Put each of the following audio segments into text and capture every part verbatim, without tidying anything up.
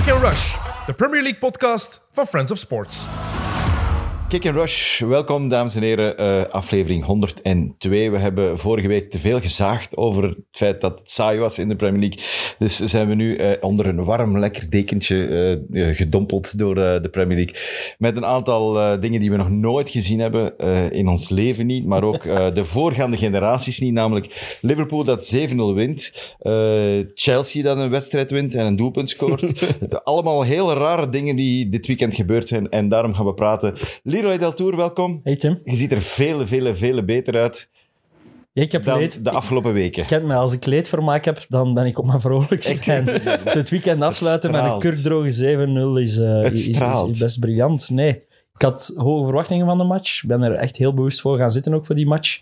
Kick and Rush, de Premier League podcast van Friends of Sports. Kick and Rush, welkom dames en heren, uh, aflevering honderdtwee. We hebben vorige week te veel gezaagd over het feit dat het saai was in de Premier League. Dus zijn we nu uh, onder een warm, lekker dekentje uh, uh, gedompeld door uh, de Premier League. Met een aantal uh, dingen die we nog nooit gezien hebben, uh, in ons leven niet, maar ook uh, de voorgaande generaties niet. Namelijk Liverpool dat zeven nul wint, uh, Chelsea dat een wedstrijd wint en een doelpunt scoort. Allemaal hele rare dingen die dit weekend gebeurd zijn en daarom gaan we praten. Leroy Deltour, welkom. Hey Tim. Je ziet er vele, vele, vele beter uit ja, ik heb dan leed, de afgelopen weken. Je kent mij, als ik leedvermaak heb, dan ben ik op mijn vrolijkst. En zo het weekend afsluiten met een kurkdroge zeven nul is, uh, is, is, is best briljant. Nee, ik had hoge verwachtingen van de match. Ik ben er echt heel bewust voor gaan zitten ook voor die match.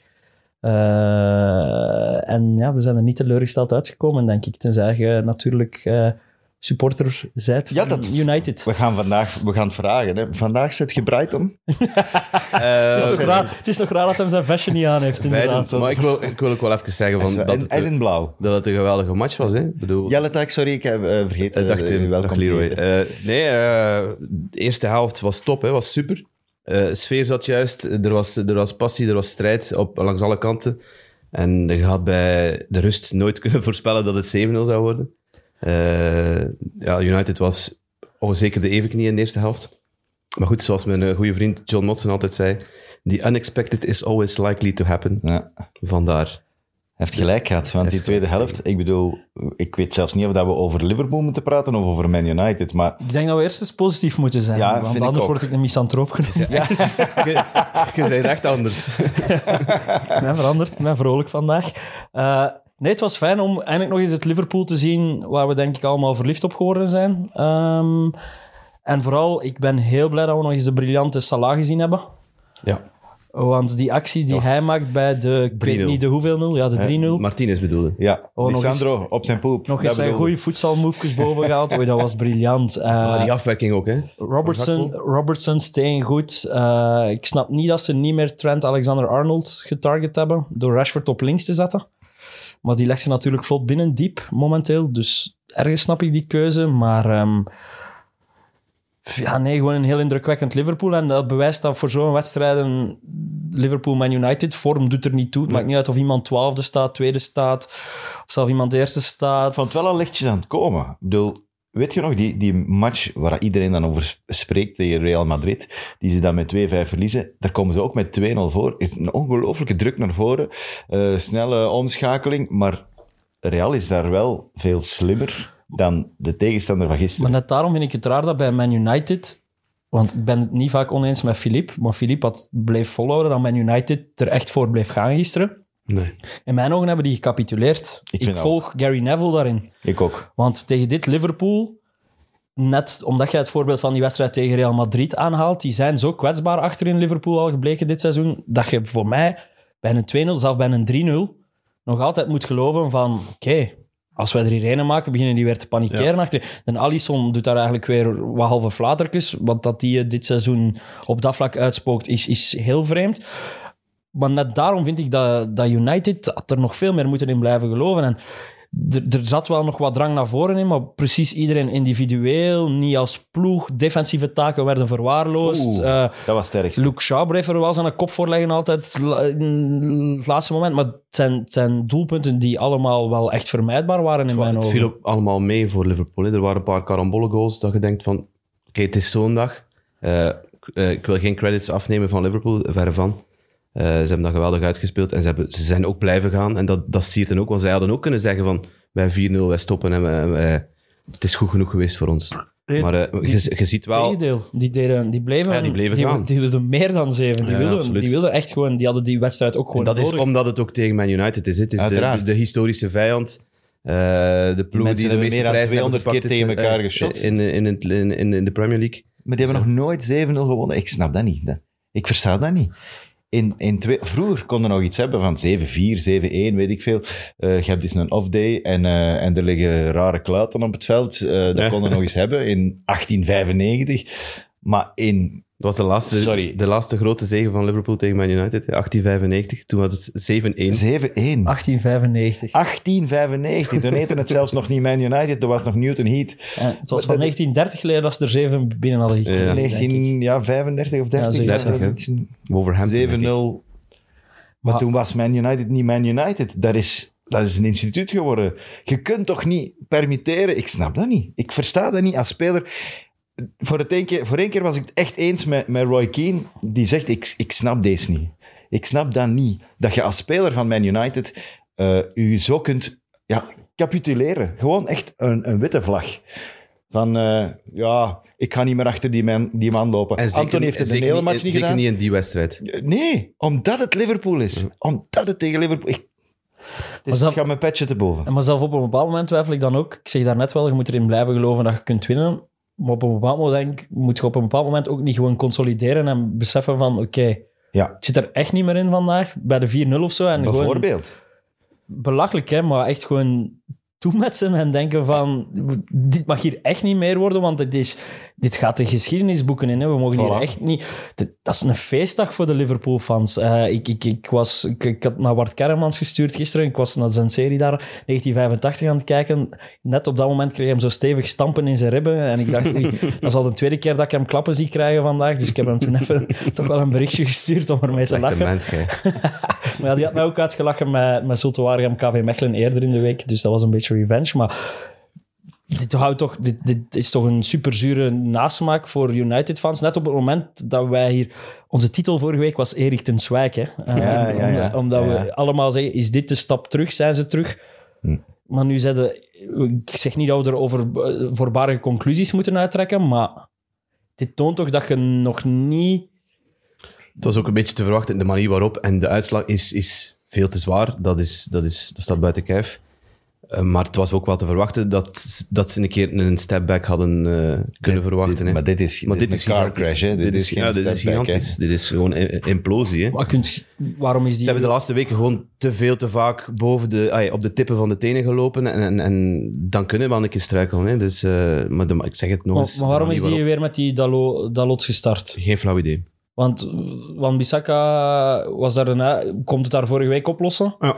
Uh, en ja, we zijn er niet teleurgesteld uitgekomen, denk ik. Tenzij je natuurlijk... Uh, supporter zijt van ja, dat, United. We gaan vandaag we gaan het vragen. Hè. Vandaag zit je Brighton. uh, het, is toch raar, het is toch raar dat hij zijn fashion niet aan heeft, inderdaad. Doen, maar ik wil, ik wil ook wel even zeggen van en, dat, het, en in blauw. dat het een geweldige match was. Hè? Bedoel, Jelle Tak, sorry, ik heb uh, vergeten. Uh, dacht Tim, dag Leroy. Uh, nee, uh, de eerste helft was top, hè, was super. Uh, de sfeer zat juist, er was, er was passie, er was strijd op, langs alle kanten. En je had bij de rust nooit kunnen voorspellen dat het zeven nul zou worden. Uh, ja, United was onzeker de evenknie in de eerste helft. Maar goed, zoals mijn uh, goede vriend John Motson altijd zei, the unexpected is always likely to happen. Ja. Vandaar. Hij heeft gelijk gehad, want die tweede helft, ik bedoel, ik weet zelfs niet of dat we over Liverpool moeten praten of over Man United, maar... Ik denk dat we eerst eens positief moeten zijn, ja, want anders ik word ik een misantroop genoemd. Ja. Je, je bent echt anders. Ik ben veranderd, ik ben vrolijk vandaag. Uh, Nee, het was fijn om eindelijk nog eens het Liverpool te zien waar we denk ik allemaal verliefd op geworden zijn. Um, en vooral, ik ben heel blij dat we nog eens de briljante Salah gezien hebben. Ja. Want die actie die hij maakt bij de, ik weet niet de hoeveel nul, ja, de drie nul. Martinez bedoelde. Ja, oh, Lisandro eens, op zijn poep. Nog eens zijn goede voetbalmoves boven gehaald. Oei, dat was briljant. Uh, ah, die afwerking ook, hè. Robertson, Robertson staying goed. Uh, ik snap niet dat ze niet meer Trent Alexander-Arnold getarget hebben door Rashford op links te zetten. Maar die legt ze natuurlijk vlot binnen, diep, momenteel. Dus ergens snap ik die keuze. Maar um, ja, nee, gewoon een heel indrukwekkend Liverpool. En dat bewijst dat voor zo'n wedstrijden Liverpool-Man United, vorm doet er niet toe. Het maakt niet uit of iemand twaalfde staat, tweede staat, of zelf iemand eerste staat. Ik vond het wel al lichtjes aan het komen. Ik bedoel, weet je nog, die, die match waar iedereen dan over spreekt tegen Real Madrid, die ze dan met twee vijf verliezen, daar komen ze ook met twee nul voor. Is een ongelooflijke druk naar voren. Uh, snelle omschakeling, maar Real is daar wel veel slimmer dan de tegenstander van gisteren. Maar net daarom vind ik het raar dat bij Man United, want ik ben het niet vaak oneens met Philippe, maar Philippe had, bleef volhouden dat Man United er echt voor bleef gaan gisteren. Nee. In mijn ogen hebben die gecapituleerd. Ik, ik volg ook Gary Neville daarin. Ik ook. Want tegen dit Liverpool, net omdat jij het voorbeeld van die wedstrijd tegen Real Madrid aanhaalt, die zijn zo kwetsbaar achterin Liverpool al gebleken dit seizoen, dat je voor mij bij een twee nul, zelfs bij een drie nul, nog altijd moet geloven van, oké, okay, als wij er hier een maken, beginnen die weer te panikeren. Ja. Achter. En Alisson doet daar eigenlijk weer wat halve flatertjes. Wat dat die dit seizoen op dat vlak uitspookt, is, is heel vreemd. Maar net daarom vind ik dat, dat United er nog veel meer moeten in blijven geloven. En er, er zat wel nog wat drang naar voren in, maar precies iedereen individueel, niet als ploeg. Defensieve taken werden verwaarloosd. Oeh, uh, dat was sterk. Luke Shaw bleef er wel zijn kop voor leggen altijd in het laatste moment. Maar het zijn, het zijn doelpunten die allemaal wel echt vermijdbaar waren in mijn ogen. Het viel ook allemaal mee voor Liverpool. Hè. Er waren een paar carambolle goals dat je denkt van, oké, okay, het is zondag. Uh, uh, ik wil geen credits afnemen van Liverpool, verre van. Uh, ze hebben dat geweldig uitgespeeld en ze, hebben, ze zijn ook blijven gaan. En dat, dat siert hen ook, want zij hadden ook kunnen zeggen van bij vier nul, wij stoppen en wij, wij, het is goed genoeg geweest voor ons. Nee, maar uh, die, je, je ziet wel... Tegendeel, die, deden, die bleven, ja, die bleven die, gaan. Die wilden meer dan zeven. Die, ja, wilden, die wilden echt gewoon... Die hadden die wedstrijd ook gewoon en dat nodig. is omdat het ook tegen Man United is. Het is de, de historische vijand. Uh, de ploeg die, die de meeste prijzen tweehonderd keer tegen elkaar uh, geschot. In, in, in, in, in de Premier League. Maar die hebben ja. nog nooit zeven nul gewonnen. Ik snap dat niet. Ik versta dat niet. In, in twee, vroeger konden we nog iets hebben van zeven vier, zeven één, weet ik veel. Uh, je hebt dus een off-day en, uh, en er liggen rare kluiten op het veld. Uh, dat ja. konden we nog eens hebben in achttien vijfennegentig. Maar in was de laatste, Sorry. de laatste grote zege van Liverpool tegen Man United, achttien vijfennegentig. Toen was het zeven één. zeven één. achttien vijfennegentig. achttien vijfennegentig. Toen heette het zelfs nog niet Man United, toen was nog Newton Heat. Ja, het was van negentien dertig geleden dat ze er zeven binnen hadden gekregen. Ja. denk ik. negentien, ja, vijfendertig of dertig. Ja, zoiets, dat ja. was iets- Wolverhampton. zeven nul. Maar Maar- toen was Man United niet Man United. Dat is, dat is een instituut geworden. Je kunt toch niet permitteren... Ik snap dat niet. Ik versta dat niet als speler. Voor, het één keer, voor één keer was ik het echt eens met, met Roy Keane. Die zegt, ik, ik snap deze niet. Ik snap dat niet. Dat je als speler van Man United uh, je zo kunt ja, capituleren. Gewoon echt een, een witte vlag. Van, uh, ja, ik ga niet meer achter die man, die man lopen. En zeker, Anthony heeft het de zeker hele niet- match niet zeker gedaan. niet in die wedstrijd. Nee, omdat het Liverpool is. Omdat het tegen Liverpool... Ik, dus zelf- het gaat mijn petje te boven. Maar zelf op een bepaald moment twijfel ik dan ook. Ik zeg daarnet wel, je moet erin blijven geloven dat je kunt winnen. Maar op een bepaald moment denk, ik, moet je op een bepaald moment ook niet gewoon consolideren en beseffen van, oké, okay, Ja, ik zit er echt niet meer in vandaag, bij de vier nul of zo. En gewoon, bijvoorbeeld. belachelijk, hè, maar echt gewoon toemetsen en denken van, dit mag hier echt niet meer worden, want het is, dit gaat de geschiedenisboeken in. Hè. We mogen Voilà. hier echt niet... dit- Dat is een feestdag voor de Liverpool-fans. Uh, ik, ik, ik, was, ik, ik had naar Bart Kermans gestuurd gisteren. Ik was naar zijn serie daar, negentien vijfentachtig, aan het kijken. Net op dat moment kreeg hij hem zo stevig stampen in zijn ribben. En ik dacht, oei, dat is al de tweede keer dat ik hem klappen zie krijgen vandaag. Dus ik heb hem toen even toch wel een berichtje gestuurd om ermee te Slechte lachen. mens, gij. Maar ja, die had mij ook uitgelachen met, met Zulte Waregem K V Mechelen eerder in de week. Dus dat was een beetje revenge. Maar dit, houdt toch, dit, dit is toch een superzure nasmaak voor United-fans. Net op het moment dat wij hier... Onze titel vorige week was Erik ten Swijk. Hè? Uh, Ja, ja, ja. Omdat, omdat Ja. we allemaal zeggen, is dit de stap terug? Zijn ze terug? Hm. Maar nu zeiden... Ik zeg niet dat we er over uh, voorbarige conclusies moeten uittrekken, maar dit toont toch dat je nog niet... Het was ook een beetje te verwachten, de manier waarop. En de uitslag is, is veel te zwaar. Dat, is, dat, is, dat staat buiten kijf. Uh, maar het was ook wel te verwachten dat, dat ze een keer een step-back hadden uh, kunnen verwachten. Dit, hè. maar dit is, Maar dit is een car gigantisch. crash. Hè. Dit, Dit is is, geen ja, dit is step back, hè. gigantisch. Dit is gewoon een implosie. Hè. Maar kunt, waarom is die... Ze hebben de laatste weken gewoon te veel te vaak boven de, ay, op de tippen van de tenen gelopen. En, en, en dan kunnen we wel een keer struikelen. Hè. Dus, uh, maar de, ik zeg het nog Maar, eens. maar waarom de is manier die waarop- weer met die Dalot, Dalot gestart? Geen flauw idee. Want Wan-Bissaka was daar daarna, komt het daar vorige week oplossen. Ja.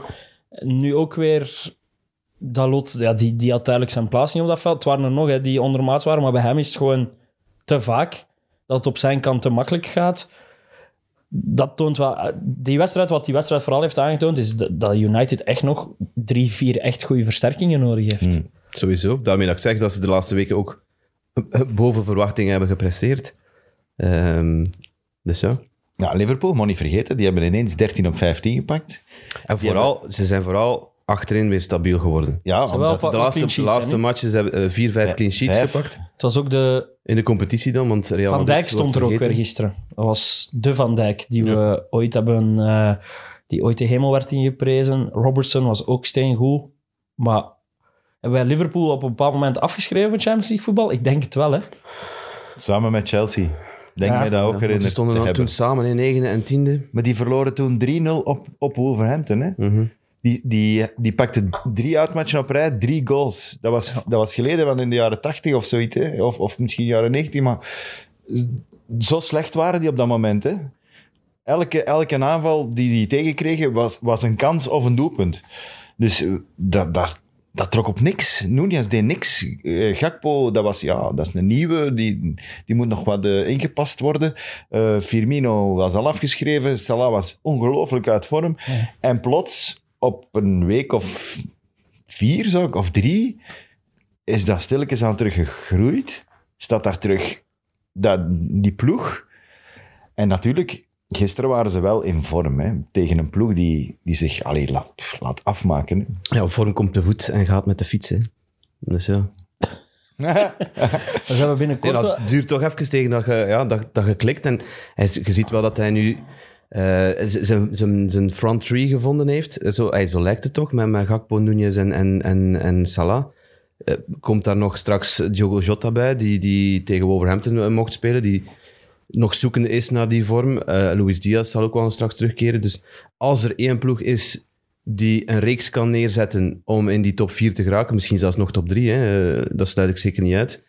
Nu ook weer Dalot, ja, die, die had duidelijk zijn plaats niet op dat veld. Het waren er nog hè, die ondermaats waren, maar bij hem is het gewoon te vaak dat het op zijn kant te makkelijk gaat. Dat toont wel... Die wedstrijd, wat die wedstrijd vooral heeft aangetoond, is dat dat United echt nog drie, vier echt goede versterkingen nodig heeft. Hmm. Sowieso. Daarmee dat ik zeg dat ze de laatste weken ook boven verwachting hebben gepresteerd. Um, dus ja. Ja, Liverpool, moet niet vergeten, die hebben ineens dertien op vijftien gepakt. En vooral, ze zijn vooral achterin weer stabiel geworden. Ja, Ze wel omdat... pa- De laatste, clean de sheets, laatste hè, nu? matches hebben uh, vier, vijf clean sheets Vijf. gepakt. Het was ook de... In de competitie dan, want Real Van Madrid Dijk stond wordt er ook weer vergeten. gisteren. Dat was de Van Dijk die Ja. we ooit hebben... eh, die ooit de hemel werd ingeprezen. Robertson was ook steengoed. Maar hebben wij Liverpool op een bepaald moment afgeschreven van Champions League voetbal? Ik denk het wel, hè. Samen met Chelsea. Denk Ja. mij dat ook Ja, want herinnerd ze stonden te dan hebben. toen samen in negende en tiende. Maar die verloren toen drie nul op, op Wolverhampton. Hè? Mhm. Die, die, die pakte drie uitmatchen op rij, drie goals. Dat was, dat was geleden van in de jaren tachtig of zoiets. Hè? Of, of misschien jaren negentig. Maar zo slecht waren die op dat moment. Hè? Elke, elke aanval die die tegenkregen was, was een kans of een doelpunt. Dus eh, dat, dat, dat trok op niks. Nunez deed niks. Eh, Gakpo, dat, was, ja, dat is een nieuwe. Die, die moet nog wat uh, ingepast worden. Uh, Firmino was al afgeschreven. Salah was ongelooflijk uit vorm. Ja. En plots, op een week of vier, zou ik, of drie, is dat stilletjes aan terug gegroeid. Staat daar terug dat, die ploeg. En natuurlijk, gisteren waren ze wel in vorm. Hè, tegen een ploeg die, die zich allee, laat, laat afmaken. Hè. Ja, op vorm komt te voet en gaat met de fiets. Hè. Dus ja. Dan zijn we binnenkort... Nee, wel- dat duurt toch even tegen dat je, ja, dat, dat je klikt. En hij, je ziet wel dat hij nu eh, z- zijn- zijn zijn front three gevonden heeft. Zo, hij, zo lijkt het toch, met, met Gakpo, Nunez en, en, en, en Salah. Eh, komt daar nog straks Diogo Jota bij, die, die tegen Wolverhampton eh, mocht spelen, die nog zoekende is naar die vorm. Eh Luis Diaz zal ook wel straks terugkeren. Dus als er één ploeg is die een reeks kan neerzetten om in die top vier te geraken, misschien zelfs nog top drie, hè, eh, dat sluit ik zeker niet uit,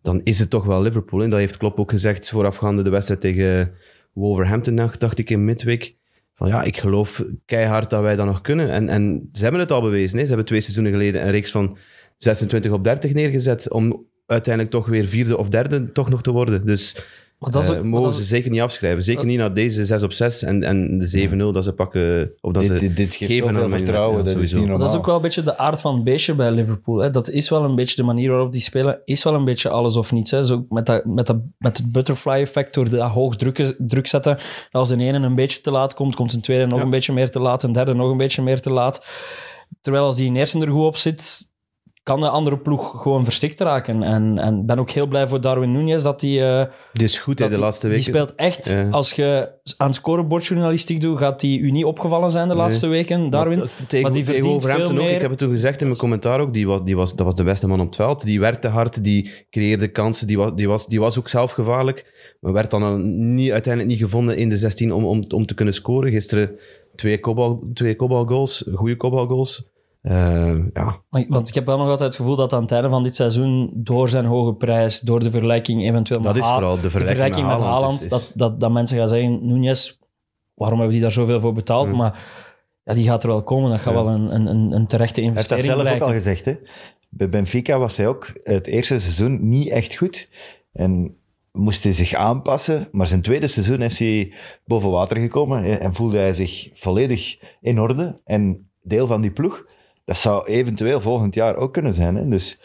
dan is het toch wel Liverpool. En dat heeft Klopp ook gezegd voorafgaande de wedstrijd tegen Wolverhampton, dacht ik in midweek. Van ja, ik geloof keihard dat wij dat nog kunnen. En, en ze hebben het al bewezen. Hè. Ze hebben twee seizoenen geleden een reeks van zesentwintig op dertig neergezet om uiteindelijk toch weer vierde of derde toch nog te worden. Dus Maar dat is ook- uh, maar mogen dat ze is- zeker niet afschrijven. Zeker niet na deze zes op zes en, en de zeven nul dat ze pakken. Of dat Dit, ze dit, dit geeft geven aan zoveel Man United. vertrouwen, Ja, dat is sowieso. niet Maar normaal. dat is ook wel een beetje de aard van het beestje bij Liverpool. Hè. Dat is wel een beetje de manier waarop die spelen, is wel een beetje alles of niets. Hè. Zo met, dat, met, dat, met het butterfly-effect, door de hoog druk, druk zetten. Als een ene een beetje te laat komt, komt een tweede nog Ja. een beetje meer te laat, een derde nog een beetje meer te laat. Terwijl als die in eerste er goed op zit, kan de andere ploeg gewoon verstikt raken. En ik ben ook heel blij voor Darwin Núñez dat hij... Uh, Dit is goed hè, dat de die- laatste weken. Die speelt echt, Ja. als je aan scorebordjournalistiek doet, gaat die u niet opgevallen zijn de Nee. laatste weken, Darwin. Maar, tegen, maar die tegen verdient Wolverhampton veel ook. meer. Ik heb het toen gezegd in mijn commentaar ook. Die was, die was, dat was de beste man op het veld. Die werkte hard, die creëerde kansen. Die was, die was, die was ook zelf gevaarlijk. Maar werd dan al niet, uiteindelijk niet gevonden in de zestien om, om, om te kunnen scoren. Gisteren twee kopbal, twee kopbalgoals, goede kopbalgoals. Uh, ja. Want ik heb wel nog altijd het gevoel dat aan het einde van dit seizoen, door zijn hoge prijs, door de vergelijking eventueel Dat met is Ha- vooral de vergelijking met met Haaland, Haaland is- is- dat, dat, dat mensen gaan zeggen, Núñez, waarom hebben die daar zoveel voor betaald? Hmm. Maar ja, die gaat er wel komen. Dat gaat Ja. wel een, een, een, een terechte Hij heeft dat investering zelf ook blijken. al gezegd. Hè? Bij Benfica was hij ook het eerste seizoen niet echt goed. En moest hij zich aanpassen. Maar zijn tweede seizoen is hij boven water gekomen. En voelde hij zich volledig in orde. En deel van die ploeg. Dat zou eventueel volgend jaar ook kunnen zijn. Hè? Dus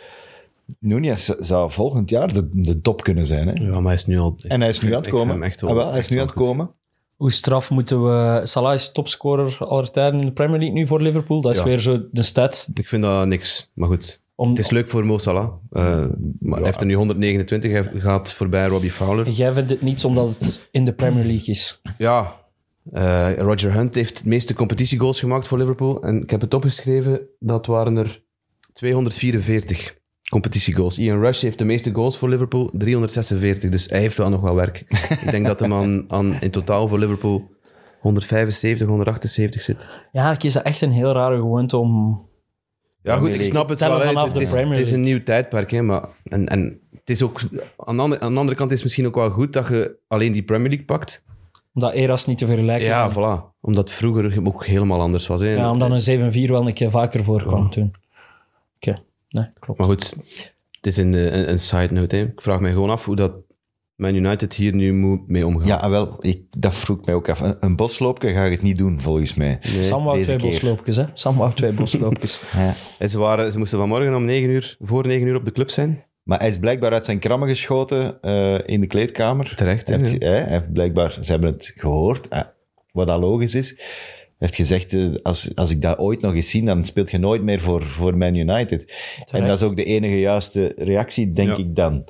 Núñez zou volgend jaar de, de top kunnen zijn. Hè? ja, maar hij is nu al... En hij is nu ik aan het vind komen. hem echt wel- Ah, wel, hij is echt nu wel aan het goed. komen. Hoe straf moeten we... Salah is topscorer aller tijden in de Premier League nu voor Liverpool. Dat is Ja. weer zo de stats. Ik vind dat niks, maar goed. Om, Het is leuk voor Mo Salah. Uh, maar hij heeft er nu honderdnegenentwintig, hij gaat voorbij Robbie Fowler. Jij vindt het niets omdat het in de Premier League is. Ja, uh, Roger Hunt heeft het meeste competitiegoals gemaakt voor Liverpool. En ik heb het opgeschreven, dat waren er tweehonderdvierenveertig competitiegoals. Ian Rush heeft de meeste goals voor Liverpool, driehonderdzesenveertig. Dus hij heeft wel nog wel werk. Ik denk dat hem aan, aan in totaal voor Liverpool honderdvijfenzeventig, honderdachtenzeventig zit. Ja, ik is dat echt een heel rare gewoonte om... Ja, goed, ik League. snap het Tellen wel. hè. vanaf Het, de het is, Premier het is een League. nieuw tijdperk, hè, maar... En, en het is ook... Aan de, andere, aan de andere kant is het misschien ook wel goed dat je alleen die Premier League pakt. Omdat eras niet te vergelijken Ja, zijn. voilà. Omdat het vroeger ook helemaal anders was. Hè. Ja, omdat een zeven vier wel een keer vaker voorkwam Ja. toen. Oké, nee, klopt. Maar goed, het is een, een, een side note. Hè. Ik vraag me gewoon af hoe dat Man United hier nu moet mee omgaan. Ja, wel, ik, dat vroeg mij ook af. Een, een bosloopje ga ik het niet doen, volgens mij. Nee. Sam wou deze twee keer. bosloopjes, hè. Sam wou twee bosloopjes. Ja. En ze, waren, ze moesten vanmorgen om negen uur, voor negen uur op de club zijn. Maar hij is blijkbaar uit zijn krammen geschoten uh, in de kleedkamer. Terecht, hè, Hij heeft, ja. hè, hij heeft blijkbaar, ze hebben het gehoord, uh, wat dat logisch is. Hij heeft gezegd, uh, als, als ik dat ooit nog eens zie, dan speelt je nooit meer voor, voor Man United. En dat is ook de enige juiste reactie, denk Ja. ik dan.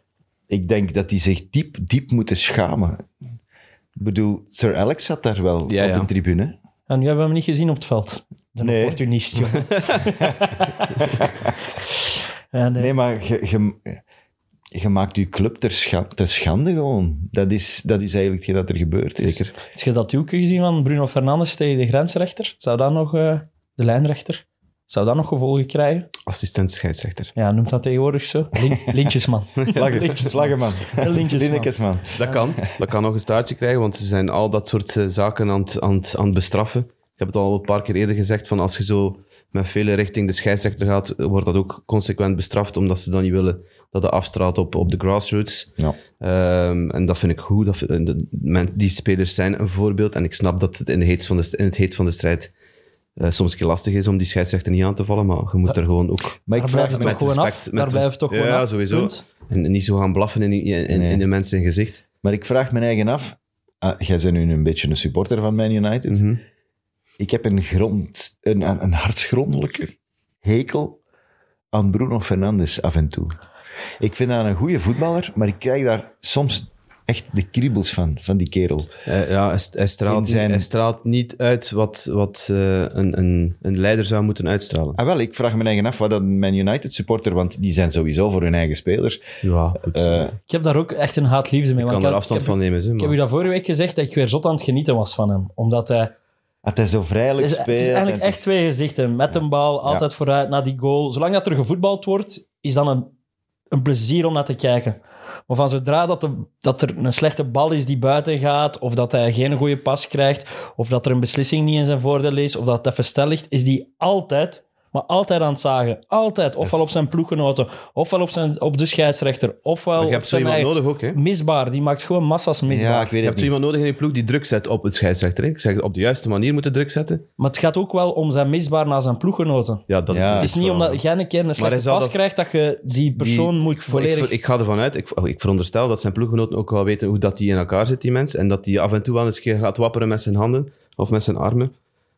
Ik denk dat die zich diep, diep moeten schamen. Ik bedoel, Sir Alex zat daar wel Ja, op ja. de tribune. En nu hebben we hem niet gezien op het veld. De Nee. opportunist, joh. Ja, nee. Nee, maar je, je, je maakt je club ter, scha- ter schande gewoon. Dat is, dat is eigenlijk hetgeen dat er gebeurd is. Zeker. Heb je dat doekje gezien van Bruno Fernandes tegen de grensrechter? Zou dat nog... Uh, de lijnrechter? Zou dat nog gevolgen krijgen? Assistent scheidsrechter. Ja, noemt dat tegenwoordig zo? Lin- Lintjesman. Vlaggen, Lintjesman. Vlaggenman. Lintjesman. Linnekesman. Dat kan. Dat kan nog een staartje krijgen, want ze zijn al dat soort uh, zaken aan het, aan, het, aan het bestraffen. Ik heb het al een paar keer eerder gezegd, van als je zo met vele richting de scheidsrechter gaat, wordt dat ook consequent bestraft, omdat ze dan niet willen dat het afstraalt op, op de grassroots. Ja. Um, en dat vind ik goed. Dat, de, men, die spelers zijn een voorbeeld. En ik snap dat het in, de heet van de, in het heet van de strijd uh, soms een keer lastig is om die scheidsrechter niet aan te vallen, maar je moet er gewoon ook... Maar ik Daar vraag blijft me het toch gewoon af? Daar blijft het toch gewoon ja, af? sowieso. Punt. En niet zo gaan blaffen in, in, in, Nee. in de mensen in gezicht. Maar ik vraag mijn eigen af. Ah, jij bent nu een beetje een supporter van Man United. Mm-hmm. Ik heb een, grond, een, een een hartsgrondelijke hekel aan Bruno Fernandes af en toe. Ik vind dat een goede voetballer, maar ik krijg daar soms echt de kriebels van, van die kerel. Uh, ja, hij, hij, straalt, In zijn- hij straalt niet uit wat, wat uh, een, een, een leider zou moeten uitstralen. Ah wel, ik vraag me eigen af wat dat een Man United supporter, want die zijn sowieso voor hun eigen spelers. Ja, goed. Eh, Ik heb daar ook echt een haat-liefde mee. ik want kan er ik afstand heb, van nemen. Zo, Ik heb u maar... dat vorige week gezegd, dat ik weer zot aan het genieten was van hem. Omdat hij... dat hij zo vrijelijk Het is, speelt. het is eigenlijk en echt twee gezichten. Met een bal, altijd vooruit, naar die goal. Zolang dat er gevoetbald wordt, is dan een een plezier om naar te kijken. Maar van zodra dat, de, dat er een slechte bal is die buiten gaat, of dat hij geen goede pas krijgt, of dat er een beslissing niet in zijn voordeel is, of dat het even stil ligt, is die altijd, maar altijd aan het zagen. Altijd. Ofwel op zijn ploeggenoten, ofwel op, zijn, op de scheidsrechter, ofwel Maar je op hebt zo zijn iemand eigen... nodig ook, hè? Misbaar. Die maakt gewoon massa's misbaar. Ja, ik weet Je het hebt zo niet. iemand nodig in je ploeg die druk zet op het scheidsrechter. Hè? Ik zeg, op de juiste manier moeten druk zetten. Maar het gaat ook wel om zijn misbaar naar zijn ploeggenoten. Ja, dat, Ja. Het is niet omdat jij een keer een hij slechte zal pas dat- krijgt dat je die persoon Die- moet ik, volledig... ik, ik ga ervan uit, ik, ik veronderstel dat zijn ploeggenoten ook wel weten hoe dat die in elkaar zit, die mens. En dat die af en toe wel eens gaat wapperen met zijn handen of met zijn armen.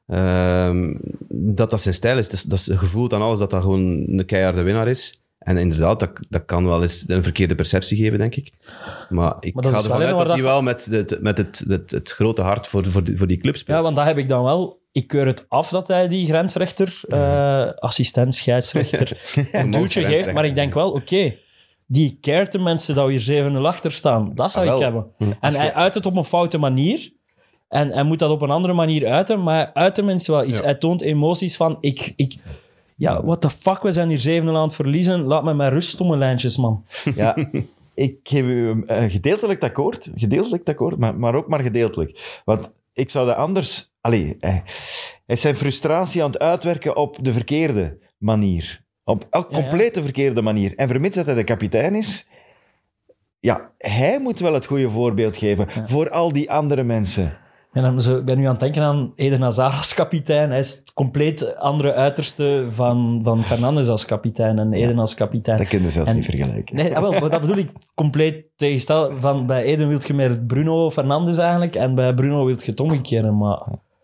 Ehm, dat dat zijn stijl is. Dat is, dat is gevoeld aan alles dat dat gewoon een keiharde winnaar is. En inderdaad, dat, dat kan wel eens een verkeerde perceptie geven, denk ik. Maar ik Maar dat ga is ervan wel uit waar dat hij dat- wel met, het, met het, het, het grote hart voor, voor, die, voor die club speelt. Ja, want dat heb ik dan wel. Ik keur het af dat hij die grensrechter, eh, assistent, scheidsrechter, een duwtje geeft. Maar ik denk wel, oké, die keert de mensen dat we hier zeven nul achter staan. Dat zou Ah, ik wel. hebben. En hij uit het op een foute manier. En hij moet dat op een andere manier uiten. Maar hij uit tenminste wel iets. Ja. Hij toont emoties van, ik... ik ja, what the fuck, we zijn hier zeven nul aan het verliezen. Laat me met rust, stomme lijntjes, man. Ja, ik geef u een gedeeltelijk akkoord, gedeeltelijk akkoord, maar, maar ook maar gedeeltelijk. Want ik zou dat anders... Allee, hij, hij is zijn frustratie aan het uitwerken op de verkeerde manier. Op een Ja, ja. complete verkeerde manier. En vermits dat hij de kapitein is, ja, hij moet wel het goede voorbeeld geven voor al die andere mensen. En dan zo, ik ben nu aan het denken aan Eden Hazard als kapitein. Hij is het compleet andere uiterste van, van Fernandes als kapitein en Eden als kapitein. Dat kun je zelfs En- niet vergelijken. Nee, ah, wel, maar dat bedoel ik compleet tegenstel. Van, bij Eden wil je meer Bruno Fernandes eigenlijk en bij Bruno wil je het omgekeerde. Maar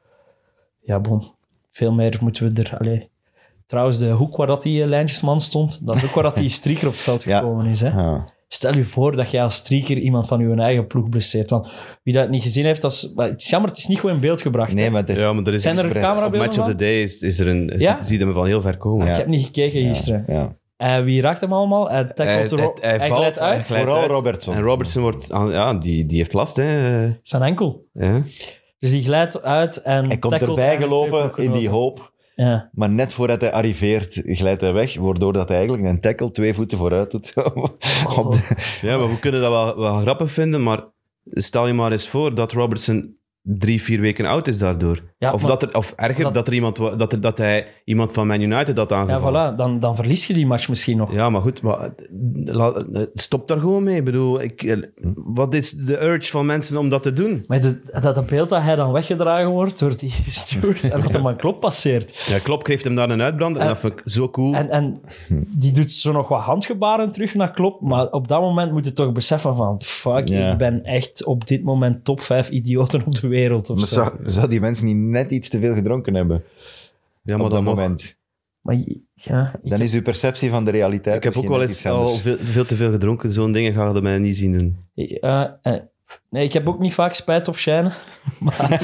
ja, bon. Veel meer moeten we er... Allee. Trouwens, de hoek waar dat die eh, lijntjesman stond, dat is ook waar dat die streaker op het veld Ja. gekomen is. Hè? Ja. Stel je voor dat jij als streaker iemand van je eigen ploeg blesseert. Want wie dat niet gezien heeft, dat is, maar het is jammer, het is niet goed in beeld gebracht. Nee, hè. maar het is... Ja, maar er is Zijn er expres. op camerabeelden Match of van? the Day is, is er een... Is, Ja? zie je hem van heel ver komen. Ja. Ik heb niet gekeken Ja, gisteren. ja. En wie raakt hem allemaal? Hij tackelt Hij- erop. hij- hij Hij valt, glijdt hij uit. glijdt Vooral uit. Robertson. En Robertson wordt... aan- Ja, die, die heeft last, hè. Zijn enkel. Ja. Dus die glijdt uit en Hij komt tackelt erbij eigenlijk twee gelopen in die ploeggenoten. hoop, Ja. maar net voordat hij arriveert, glijdt hij weg, waardoor dat hij eigenlijk een tackle twee voeten vooruit doet. Op de- Ja, maar we kunnen dat wel, wel grappig vinden, maar stel je maar eens voor dat Robertson drie, vier weken oud is daardoor. Ja, of, maar- dat er, of erger, dat- dat, er iemand, wa- dat, er, dat hij iemand van Man United had Ja, aangevallen. voilà. Dan, dan verlies je die match misschien nog. Ja, maar goed, maar, la- stop daar gewoon mee. Ik bedoel, ik, eh, wat is de urge van mensen om dat te doen? Maar de, dat, dat beeld dat hij dan weggedragen wordt door die steward en dat hem aan Klopp passeert. Ja, Klopp geeft hem daar een uitbrander en En- dat vind ik zo cool. En, en die doet zo nog wat handgebaren terug naar Klopp, maar op dat moment moet je toch beseffen van fuck, Ja. ik ben echt op dit moment top vijf idioten op de wereld. Of Maar zo. zou, zou die mens niet net iets te veel gedronken hebben ja, op maar dat dan mag. moment? Maar ja, ik Dan is uw perceptie van de realiteit Ik heb ook misschien wel net eens iets al anders. veel, veel te veel gedronken. Zo'n dingen ga je mij niet zien doen. Eh, eh, nee, ik heb ook niet vaak spijt of shine. Maar,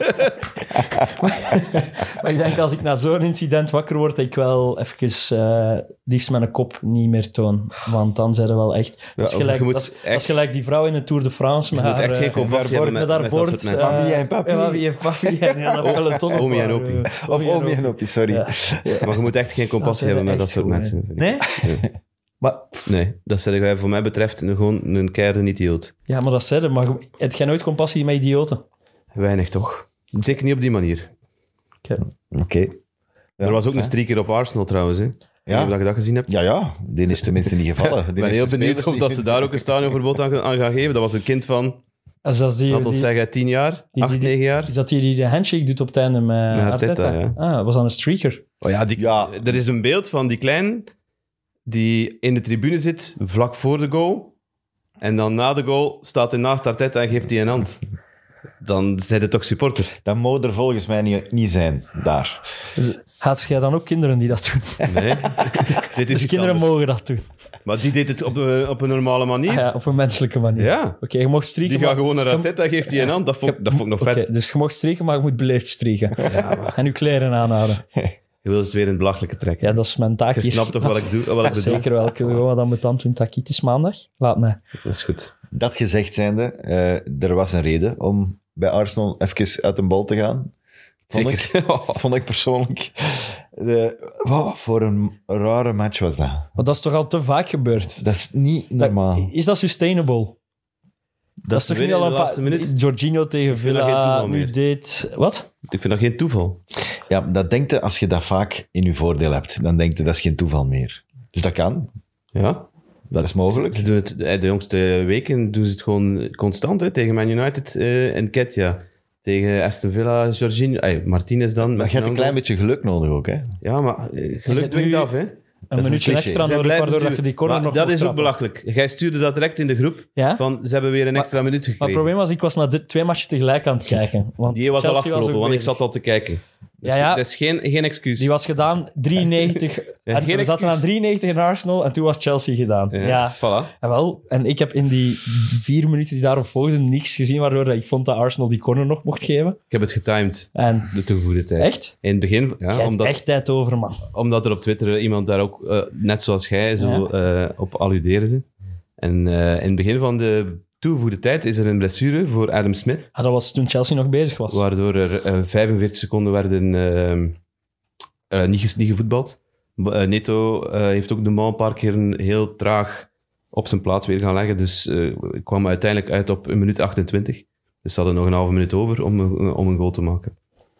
maar ik denk als ik na zo'n incident wakker word, dat ik wel even eh, liefst mijn kop niet meer toon. Want dan zijn er wel echt... dat, is Ja, gelijk, je moet dat, is, dat is echt- gelijk die vrouw in de Tour de France. Je Met moet haar, echt geen eh, compassie met hebben met met, haar met dat bord. soort mensen. Mami eh, en papi. Ja, mami en papi. En ja, dat peloton. op Omi en haar, opie. eh, Of Omi en Opie, sorry. Ja. Ja. Maar je moet echt geen compassie Dat hebben met zijn dat echt soort goed, mensen. vind ik. Nee? Maar, Nee, dat zeg ik voor mij betreft een, gewoon een keiharde idioot. ja, maar dat zei je. Maar je- heb jij nooit compassie met idioten? Weinig toch? Zeker niet op die manier. Oké. Ja, er was ook fijn. een streaker op Arsenal trouwens. Hè. Ja. Heb je dat gezien hebt? Ja, ja, die is tenminste niet gevallen. Ik ben heel benieuwd of dat ze daar ook een stadionverbod aan, aan gaan geven. Dat was een kind van, Als dat die, laten we die- zeggen, tien jaar, die- acht, die- negen jaar. Is dat die die de handshake doet op het einde met, Met Arteta, Arteta? ja. Ah, was dat een streaker? Oh ja, die, Ja. er is een beeld van die kleine die in de tribune zit, vlak voor de goal. En dan na de goal staat hij naast Arteta en geeft hij een hand. Dan zijn het toch supporter? Dat moet er volgens mij niet, niet zijn, daar. Dus, had jij dan ook kinderen die dat doen? Nee. Dit is Dus iets kinderen anders. mogen dat doen. Maar die deed het op een, op een normale manier. Ah, ja, op een menselijke manier. Ja. Oké, je mocht strieken. Die gaat maar- gewoon naar je- Arteta en geeft hij een hand. Dat vond, dat vond ik nog vet. Oké, dus je mocht strieken, maar je moet beleefd strieken. En je kleren aanhouden. Je wilt het weer in het belachelijke trekken. Ja, dat is mijn taak Je hier. snapt toch wat ik doe? Wat ik bedoel? Zeker wel. Ik wil gewoon wat dat moet aan doen. Takit is maandag. Laat mij. Dat is goed. Dat gezegd zijnde, eh, er was een reden om bij Arsenal even uit een bal te gaan. Vond Zeker. ik, vond ik persoonlijk. De, wat voor een rare match was dat. Maar dat is toch al te vaak gebeurd? Dat is niet normaal. Dat- is dat sustainable? Dat, is toch niet winnen al in een de laatste paar... minuut. Jorginho tegen vind dat geen Villa, toeval nu meer. deed... Wat? Ik vind dat geen toeval. Ja, dat denkt je als je dat vaak in je voordeel hebt. Dan denkt je dat is geen toeval meer. Dus dat kan. Ja. Dat is mogelijk. Ze doen het, de jongste weken doen ze het gewoon constant. Hè, tegen Man United uh, en Ketja. Tegen Aston Villa, Jorginho. Ay, Martinez dan. Maar met je hebt zijn een klein aanval. beetje geluk nodig ook, hè? Ja, maar eh, je geluk hebt dwingt nu- af, hè. Een een minuutje cliché. extra Zij nodig, blijven waardoor dat duwen. je die corner Maar nog dat mocht is ook trappen. belachelijk. Jij stuurde dat direct in de groep. Ja? Van, ze hebben weer een extra minuut gekregen. Maar het probleem was, ik was naar de twee matchen tegelijk aan het kijken. Want Die was al Chelsea afgelopen, ook want ik bezig. zat al te kijken. Dus Ja, ja. dat is geen, geen excuus. Die was gedaan, drieënnegentig. Ja, en geen we zaten excuus. aan drieënnegentig in Arsenal en toen was Chelsea gedaan. Ja, Ja, voilà. En wel, en ik heb in die vier minuten die daarop volgden niks gezien, waardoor ik vond dat Arsenal die corner nog mocht geven. Ik heb het getimed, En de toegevoegde tijd. echt? In het begin, ja, Jij hebt omdat, echt tijd over, man. omdat er op Twitter iemand daar ook, eh, net zoals jij, zo eh, op alludeerde. En eh, in het begin van de toegevoegde tijd is er een blessure voor Adam Smith, Ah, dat was toen Chelsea nog bezig was. waardoor er eh, vijfenveertig seconden werden eh, eh, niet, ges- niet gevoetbald. B- eh, Neto eh, heeft ook de bal een paar keer een heel traag op zijn plaats weer gaan leggen, dus eh, ik kwam uiteindelijk uit op een minuut achtentwintig. Dus ze hadden nog een halve minuut over om, een- om een goal te maken.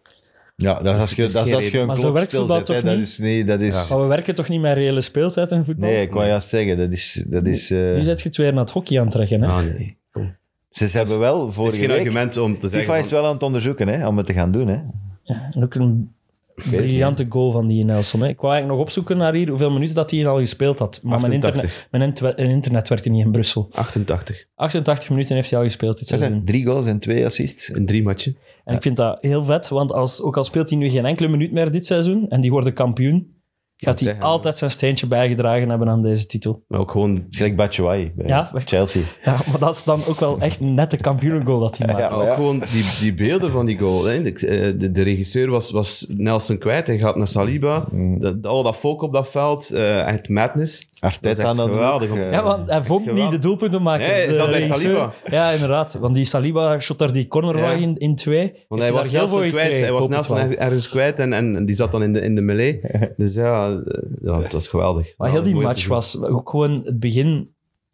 Ja, dat is als je, dat is dat is geen als je een Maar zo klok werkt voetbal stilzet. hè. toch Dat niet? is, nee, dat is... Maar we werken toch niet met reële speeltijd in voetbal? Nee, ik wou juist zeggen, dat is... Dat is eh, Nu zet je het weer naar het hockey aan het trekken, hè? Ah, nee. Kom. ze ze hebben wel Het is vorige geen week... argument om te zeggen... FIFA is van- wel aan het onderzoeken, hè, om het te gaan doen. Hè. Ja, en ook een briljante goal van die Nelson. Hè. Ik wou eigenlijk nog opzoeken naar hier hoeveel minuten dat hij al gespeeld had. Maar mijn achtentachtig. internet, mijn inter- internet werkte niet in Brussel. achtentachtig. achtentachtig minuten heeft hij al gespeeld dit Wat zijn seizoen. drie goals en twee assists. In drie matchen. En ik vind dat heel vet, want als, ook al speelt hij nu geen enkele minuut meer dit seizoen en die worden kampioen, gaat hij zeggen, altijd zijn steentje bijgedragen hebben aan deze titel. Maar ook gewoon... Het is gelijk Batshuayi bij Ja. Chelsea. Ja, maar dat is dan ook wel echt net de kampioenengoal dat hij maakt. Ja, Maar ook gewoon die, die beelden van die goal. Hè. De, eh, de, de regisseur was, was Nelson kwijt. Hij gaat naar Saliba. Dat, al dat volk op dat veld. eh echt madness. Dat is Arteta echt dan geweldig ook, om te eh, Ja, want hij vond Geweldig. niet de doelpunten maken. Nee, hij de zat bij regisseur. Saliba. Ja, inderdaad. Want die Saliba shot daar die corner Ja. van in, in twee. Want Heeft hij was daar geel voor Nelson kwijt. gekregen? Hij was Ik hoop het Nelson wel. er- ergens kwijt en, en die zat dan in de, in de melee. Dus ja, eh, ja, het was geweldig. Maar Ja, heel die mooi om te match zien. was ook gewoon het begin.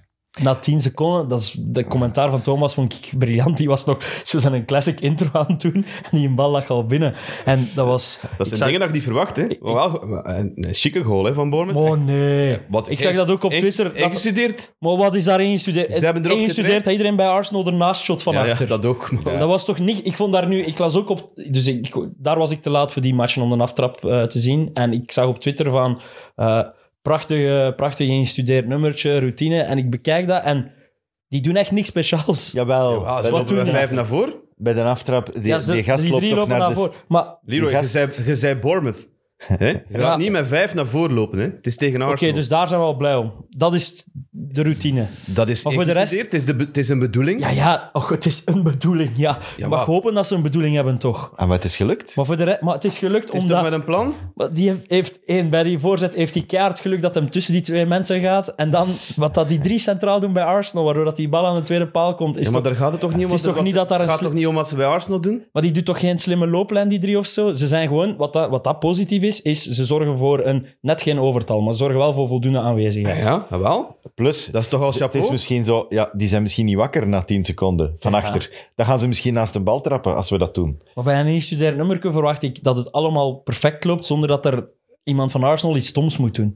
Na tien seconden, dat is de commentaar van Thomas vond ik briljant. Die was nog zo zijn classic intro aan het doen en die bar lag al binnen. En dat was... Dat ik zijn zag- dingen dat ik niet verwacht. Hè. Maar wel, een, een chique goal hè, van Bournemouth. Oh nee. Wat, Ik zag dat ook op inges- Twitter. Dat- Ingestudeerd. Maar wat is daar ingestudeerd? Ze hebben erop Ingestudeerd getraind. dat iedereen bij Arsenal ernaast shot van Ja, ja, achter. dat ook. maar- Dat was toch niet... Ik vond daar nu... Ik las ook op... Dus ik, ik- daar was ik te laat voor die matchen om een aftrap eh, te zien. En ik zag op Twitter van... eh prachtig, prachtig ingestudeerd nummertje, routine. En ik bekijk dat en die doen echt niks speciaals. Jawel, Ah, ze bij, wat lopen doen bij die? vijf naar voren. bij de aftrap, die, Ja, ze- die gast die loopt drie toch lopen naar naar de... voren. Maar Leroy, Die je gast- zei, je zei Bournemouth. Hè? Je Ja. gaat niet met vijf naar voren lopen. Hè? Het is tegen oké, Arsenal. dus daar zijn we al blij om. Dat is de routine. Dat is Maar voor de rest- ingestudeerd. Het, is de, be- het is een bedoeling. Ja, ja. Och, het is een bedoeling, ja. Ja, maar wat? hopen dat ze een bedoeling hebben, toch. Ah, maar het is gelukt. Maar, voor de re- maar het is gelukt Het is omdat... toch met een plan? Maar Die heeft, heeft één, bij die voorzet heeft hij keihard geluk dat hem tussen die twee mensen gaat. En dan wat dat die drie centraal doen bij Arsenal, waardoor dat die bal aan de tweede paal komt. Is Ja, maar toch, daar gaat het toch niet om. Het is wat- toch wat- niet dat daar het een gaat sli- toch niet om wat ze bij Arsenal doen? maar die doet toch geen slimme looplijn, die drie of zo? Ze zijn gewoon, wat dat, wat dat positief is, is ze zorgen voor een, net geen overtal, maar ze zorgen wel voor voldoende aanwezigheid. Ja, wel. Plus, Dat is toch al het chapeau? is misschien zo... Ja, die zijn misschien niet wakker na tien seconden van Ja. achter. Dan gaan ze misschien naast een bal trappen als we dat doen. Maar bij een ingestudeerd nummerke verwacht ik dat het allemaal perfect loopt, zonder dat er iemand van Arsenal iets stoms moet doen.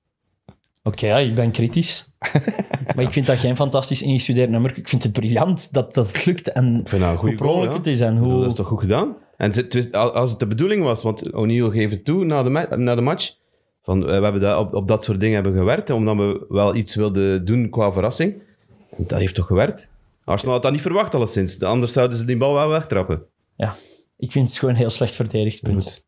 Oké, ja, ik ben kritisch. Maar ik vind dat geen fantastisch ingestudeerd nummer. Ik vind het briljant dat, dat het lukt en Ik vind dat een hoe goede per goal, ongeluk ja. het is en Ik bedoel, hoe... dat is toch goed gedaan? En het- het is- als het de bedoeling was, want O'Neill geeft het toe na de, ma- na de match, van eh, we hebben dat, op, op dat soort dingen hebben gewerkt, omdat we wel iets wilden doen qua verrassing. En dat heeft toch gewerkt? Arsenal had dat niet verwacht, alleszins. Anders zouden ze die bal wel wegtrappen. Ja, ik vind het gewoon heel slecht verdedigd, punt. Goed.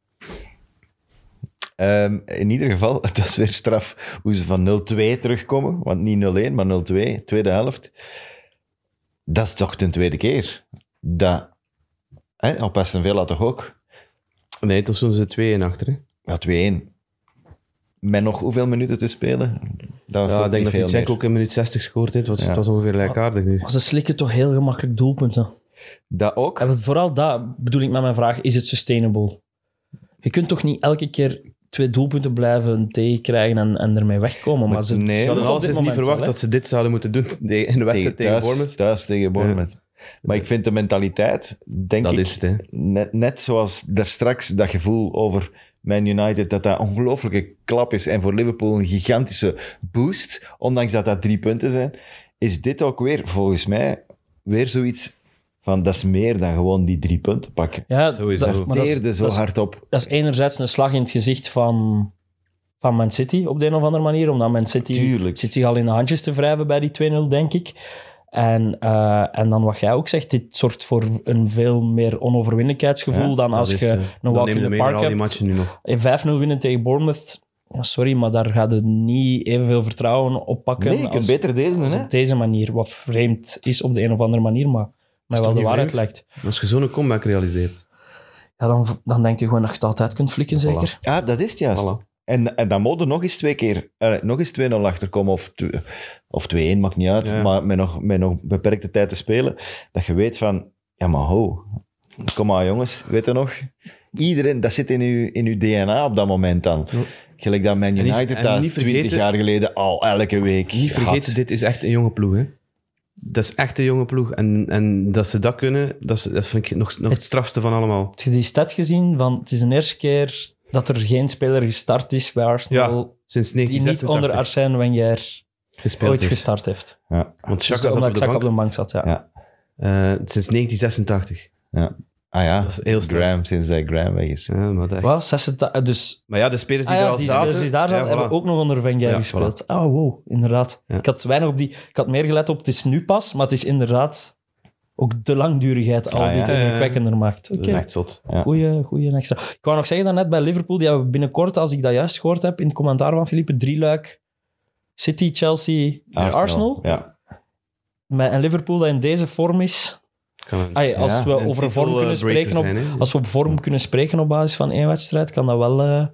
Ehm, in ieder geval, het was weer straf hoe ze van nul twee terugkomen. Want niet nul een, maar nul twee, tweede helft. Dat is toch de tweede keer. Dat, hè, op Aston Villa toch ook? Nee, toen stonden ze twee-een achter. Hè? Ja, twee een. Met nog hoeveel minuten te spelen? Dat was Ja, toch ik denk niet dat veel Zinchenko meer. ook in minuut zestig scoort heeft. Het was, Ja. het was ongeveer gelijkaardig nu. Maar ze slikken toch heel gemakkelijk doelpunten. Dat ook. En vooral dat bedoel ik met mijn vraag, is het sustainable? Je kunt toch niet elke keer twee doelpunten blijven tegenkrijgen en, en ermee wegkomen? Maar ze, Nee. Ze hadden op alles dit niet moment verwacht wel, hè. dat ze dit zouden moeten doen in de wedstrijd Tegen, tegen thuis, Bournemouth. thuis tegen Bournemouth. Maar ik vind de mentaliteit, denk Dat ik, is het, hè. net, net zoals daar straks dat gevoel over Man United, dat dat een ongelooflijke klap is en voor Liverpool een gigantische boost, ondanks dat dat drie punten zijn, is dit ook weer, volgens mij, weer zoiets van, dat is meer dan gewoon die drie punten pakken. Ja, Sowieso. dat, Dat maar dat is, teerde zo dat is- hard op. dat is enerzijds een slag in het gezicht van, van Man City, op de een of andere manier, omdat Man City Tuurlijk. zit zich al in de handjes te wrijven bij die twee nul, denk ik. En, eh, en dan wat jij ook zegt, dit zorgt voor een veel meer onoverwinnelijkheidsgevoel Ja, dan als Dat je is, eh, een dan walk neem in je the mee naar park al die hebt. matchen nu nog. In vijf nul winnen tegen Bournemouth, ja, sorry, maar daar gaat je niet evenveel vertrouwen op pakken Nee, je kunt als, beter deze doen, als hè? op deze manier. Wat vreemd is op de een of andere manier, maar mij wel toch de niet waarheid vreemd? lijkt. Als je zo'n comeback realiseert. Ja, dan, dan denk je gewoon dat je het altijd kunt flikken, zeker. Ja, dat is het juist. Voilà. En, en dan moet er nog eens twee keer, eh, nog eens twee nul achterkomen, of, tw- of twee een, maakt niet uit, Ja. maar met nog, met nog beperkte tijd te spelen, dat je weet van, ja maar ho, kom maar jongens, weet je nog? Iedereen, dat zit in uw, in uw D N A op dat moment dan. Ja. Gelijk dat Man niet- United en dat niet twintig vergeten- jaar geleden al elke week Niet vergeten, had. dit is echt een jonge ploeg, hè. Dat is echt een jonge ploeg. En, en dat ze dat kunnen, dat, is, dat vind ik nog, nog het strafste van allemaal. Heb je die stat gezien? Van, het is de eerste keer dat er geen speler gestart is bij Arsenal Ja, sinds die niet negentien zesentachtig onder Arsène Wenger gespeeld ooit heeft. gestart heeft. Ja, Want Dus Xhaka zat omdat op de Xhaka bank. op de bank zat, ja. Ja. Eh, sinds negentien zesentachtig. ja. Ah ja, Dat is heel straf. Graham, sinds dat Graham weg is. Ja, maar, dat- Wat? zesentachtig, dus maar ja, de spelers die ah, er ja, al die zaten... spelers die daar zaten, ja, hebben voilà. ook nog onder Wenger Ja, gespeeld. Ah, wow, inderdaad. Ja. Ik had weinig op die... Ik had meer gelet op, het is nu pas, maar het is inderdaad ook de langdurigheid al Ah, die ja. het indrukwekkender maakt. Dat Oké, is echt zot. Ja. goeie, goeie extra. Ik wou nog zeggen dat net bij Liverpool, die hebben binnenkort, als ik dat juist gehoord heb, in het commentaar van Philippe, drie luik City, Chelsea, Arsenal. Ja. Met een Liverpool dat in deze vorm is... Kan een, Ay, als Ja, we een over vorm kunnen titelbreaker spreken op, zijn, hè. als we op vorm kunnen spreken op basis van één wedstrijd, kan dat wel eh,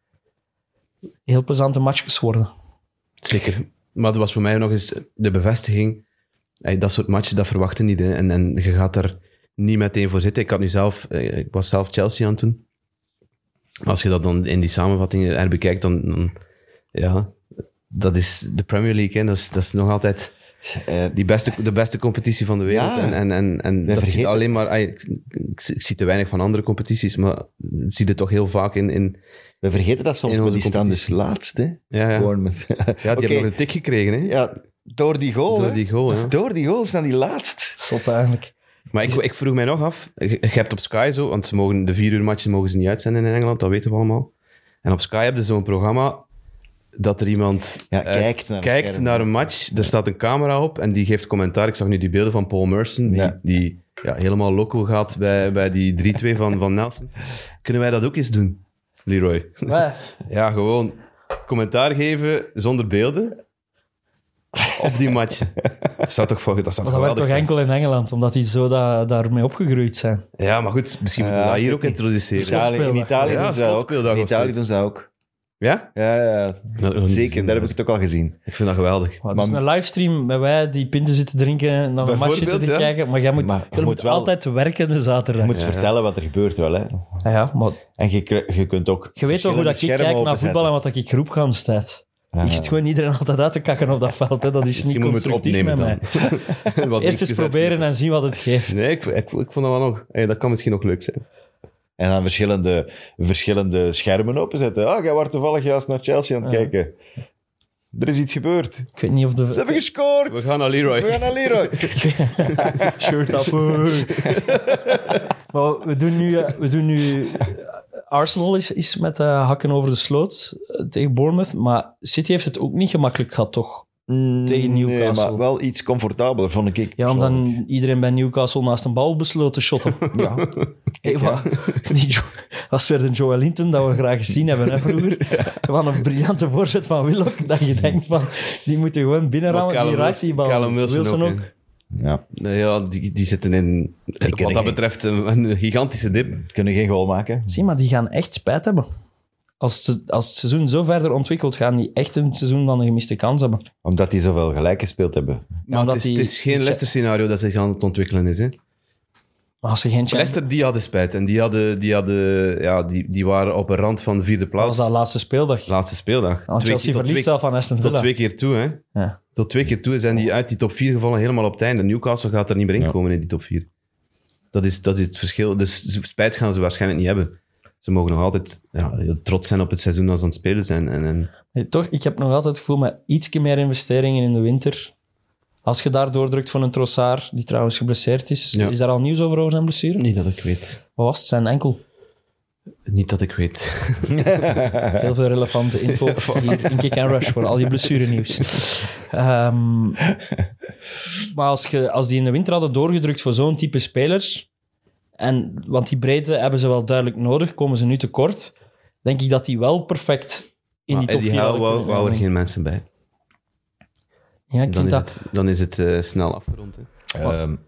heel plezante matchjes worden. Zeker. Maar dat was voor mij nog eens de bevestiging. Ey, dat soort matches, dat verwachten niet. Hè. En, en je gaat daar niet meteen voor zitten. Ik, had nu zelf, eh, ik was zelf Chelsea aan het doen. Als je dat dan in die samenvattingen er bekijkt, dan, dan ja, dat is de Premier League. Hè. Dat, is, dat is nog altijd Eh, die beste, de beste competitie van de wereld. Ja. En, en, en, en dat vergeten- zie alleen maar... ey, ik, ik, ik zie te weinig van andere competities, maar dat zie je toch heel vaak in... in we vergeten dat soms, in maar onze die staan dus competitie. laatst, hè? ja, ja. Bournemouth. ja, die Oké, hebben nog een tik gekregen. Hè. ja, door die goal, Door hè. die goal, ja. Door die goal staan die laatst. Zot eigenlijk. Maar ik, ik vroeg mij nog af, je, je hebt op Sky zo, want ze mogen, de vier uur matchen mogen ze niet uitzenden in Engeland, dat weten we allemaal. En op Sky heb je zo'n programma dat er iemand Ja, eh, kijkt naar een kijkt scherm. naar een match, er staat een camera op en die geeft commentaar. Ik zag nu die beelden van Paul Merson, die, Ja. die ja, helemaal loco gaat bij, bij die drie twee van, van Nelson. Kunnen wij dat ook eens doen, Leroy? Maar, Ja, gewoon commentaar geven zonder beelden op die match. Dat zou toch, voor- dat zou dat toch werd toch geweldig zijn? enkel in Engeland, omdat die zo da- daarmee opgegroeid zijn. Ja, maar goed, misschien moeten we Ja, dat hier ik ook weet niet. introduceren. Italië, in Italië Ja, doen ze dat ook. slotspeeldag In of Italië zoiets. doen ze dat ook. Ja? Ja, ja, Dat nog niet zeker. gezien, Dat heb maar ik het ook al gezien. Ik vind dat geweldig. Maar dus Maar- een livestream met wij die pinten zitten drinken, naar een match zitten Bijvoorbeeld, te ja. kijken. Maar jij moet, Maar je je moet moet wel- altijd werken de zaterdag. Je moet Ja. vertellen wat er gebeurt wel, hè. Ja, ja, maar En je, kri- je kunt ook je weet toch hoe dat ik verschillende kijk schermen naar voetbal en openzetten. wat dat ik roep gaan staat. Ja. Ik zit gewoon iedereen altijd uit te kakken op dat veld. Hè. Dat is Misschien niet moeten we het constructief met opnemen mij. dan. Wat Eerst eens dingetjes proberen en zien wat het geeft. uitknippen. Nee, ik, ik, ik vond dat wel nog... Hey, dat kan misschien nog leuk zijn. En dan verschillende, verschillende schermen openzetten. Ah, jij wordt toevallig juist naar Chelsea aan het Ja. kijken. Er is iets gebeurd. Ik weet niet of de... Ze hebben gescoord. We gaan naar Leroy. We gaan naar Leroy. Shirt af. Maar we doen nu... eh, We doen nu Arsenal is, is met uh, hakken over de sloot uh, tegen Bournemouth. Maar City heeft het ook niet gemakkelijk gehad, toch? Tegen Newcastle. Nee, maar wel iets comfortabeler, vond ik. Ja, omdat iedereen bij Newcastle naast een bal besloot te shotten. Ja. Hey, wat? Die Jo- was weer een Joe Linton dat we graag gezien hebben hè, vroeger. Wat een briljante voorzet van Willock, dat je denkt van, die moeten gewoon binnenrammen. Maar Die Callum raakt die bal. Callum Wilson ook, ook. hè. Ja. Nee, ja, die, die zitten in, wat kunnen dat geen- betreft, een, een gigantische dip. Kunnen geen goal maken. Zie, maar die gaan echt spijt hebben. Als, ze, als het seizoen zo verder ontwikkelt, gaan die echt een seizoen van een gemiste kans hebben. Omdat die zoveel gelijk gespeeld hebben. Maar omdat het is, die- het is geen die- Leicester-scenario dat zich aan het ontwikkelen is. Hè. Maar als je geen Champions... Leicester, die hadden spijt. En die, hadden, die, hadden, ja, die, die waren op een rand van de vierde plaats. was dat laatste speeldag. Laatste speeldag. Want Chelsea tot verliest twee, al van Aston tot Villa. twee keer toe, hè. Ja. Tot twee keer toe zijn die uit die top vier gevallen helemaal op het einde. Newcastle gaat er niet meer in Ja. komen in die top vier. Dat is, dat is het verschil. Dus spijt gaan ze waarschijnlijk niet hebben. Ze mogen nog altijd ja, heel trots zijn op het seizoen als ze aan het spelen zijn. En, en... Nee, toch, ik heb nog altijd het gevoel met ietsje meer investeringen in de winter. Als je daar doordrukt voor een Trossard, die trouwens geblesseerd is. Ja. Is daar al nieuws over over zijn blessure? Niet dat ik weet. Wat was het? Zijn enkel. Niet dat ik weet. Heel veel relevante info hier in Kick and Rush voor al je blessurenieuws. Um, maar als, je, als die in de winter hadden doorgedrukt voor zo'n type spelers, en, want die breedte hebben ze wel duidelijk nodig, komen ze nu tekort, denk ik dat die wel perfect in die top Eddie vier Howe hadden wou, kunnen- wou er geen mensen bij. Ja, ik Dan vind is, dat... het, dan is het uh, snel afgerond. Hè. Um,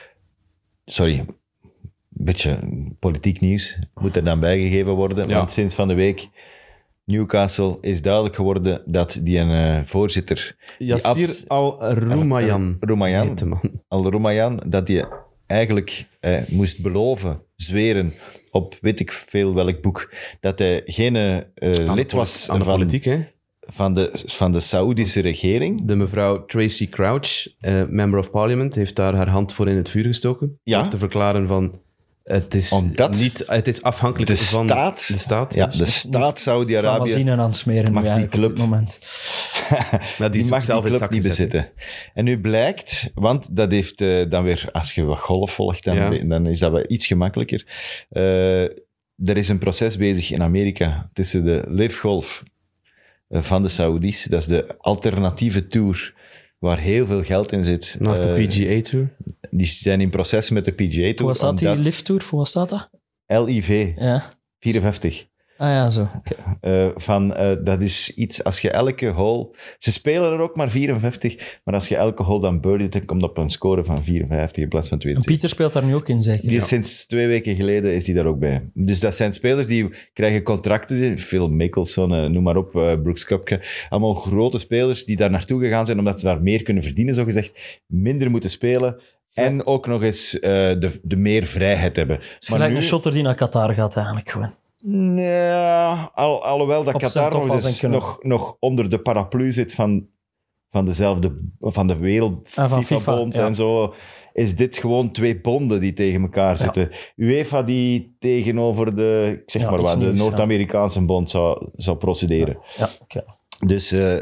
sorry, een beetje politiek nieuws moet er dan bijgegeven worden. Ja. Want sinds van de week, Newcastle is duidelijk geworden dat die een uh, voorzitter... die Yassir Abd- Al-Rumayyan. Rumayyan. heette man. Al-Rumayyan, dat hij eigenlijk eh, moest beloven, zweren, op weet ik veel welk boek, dat hij geen uh, Aan lid de was aan de van, politiek, hè. van de, van de Saoedische regering. De mevrouw Tracy Crouch, uh, Member of Parliament, heeft daar haar hand voor in het vuur gestoken. Ja. Om te verklaren van... Het is, Omdat niet, het is afhankelijk de van staat, de staat. ja, de staat Saudi-Arabië Benzine aan het smeren mag nu die eigenlijk op club- dit moment. Maar die is mag ook zelf die in club het niet zak gezet, bezitten. En nu blijkt, want dat heeft uh, dan weer, als je wat golf volgt, dan, Ja. dan is dat wel iets gemakkelijker. Uh, er is een proces bezig in Amerika tussen de Live Golf uh, van de Saoedi's. Dat is de alternatieve tour waar heel veel geld in zit. Naast de Uh, P G A Tour. Die zijn in proces met de P G A Tour. Hoe was dat, die omdat- Lift Tour? Hoe was dat? dat? L I V, Ja. vierenvijftig. Ah ja, zo. Okay. Uh, van, uh, dat is iets, als je elke hole... Ze spelen er ook maar vierenvijftig, maar als je elke hole dan birdie, dan komt op een score van vierenvijftig in plaats van En tweeënzeventig. Pieter speelt daar nu ook in, zeker? Die is sinds twee weken geleden is die daar ook bij. Dus dat zijn spelers die krijgen contracten. Phil Mickelson, uh, noem maar op, uh, Brooks Koepka. Allemaal grote spelers die daar naartoe gegaan zijn omdat ze daar meer kunnen verdienen, zogezegd. Minder moeten spelen. En ook nog eens uh, de, de meer vrijheid hebben. Het is gelijk een shotter die naar Qatar gaat eigenlijk gewoon. Nee, al, alhoewel dat Op zijn Qatar top nog, van dus zijn kunnen. nog, nog onder de paraplu zit van, van dezelfde, van de wereld, Ah, van FIFA-bond FIFA, ja. en zo, is dit gewoon twee bonden die tegen elkaar zitten. UEFA die tegenover de, ik zeg Ja, maar iets wat, de nieuws, ja. Noord-Amerikaanse bond zou, zou procederen. Ja, oké. Dus, uh,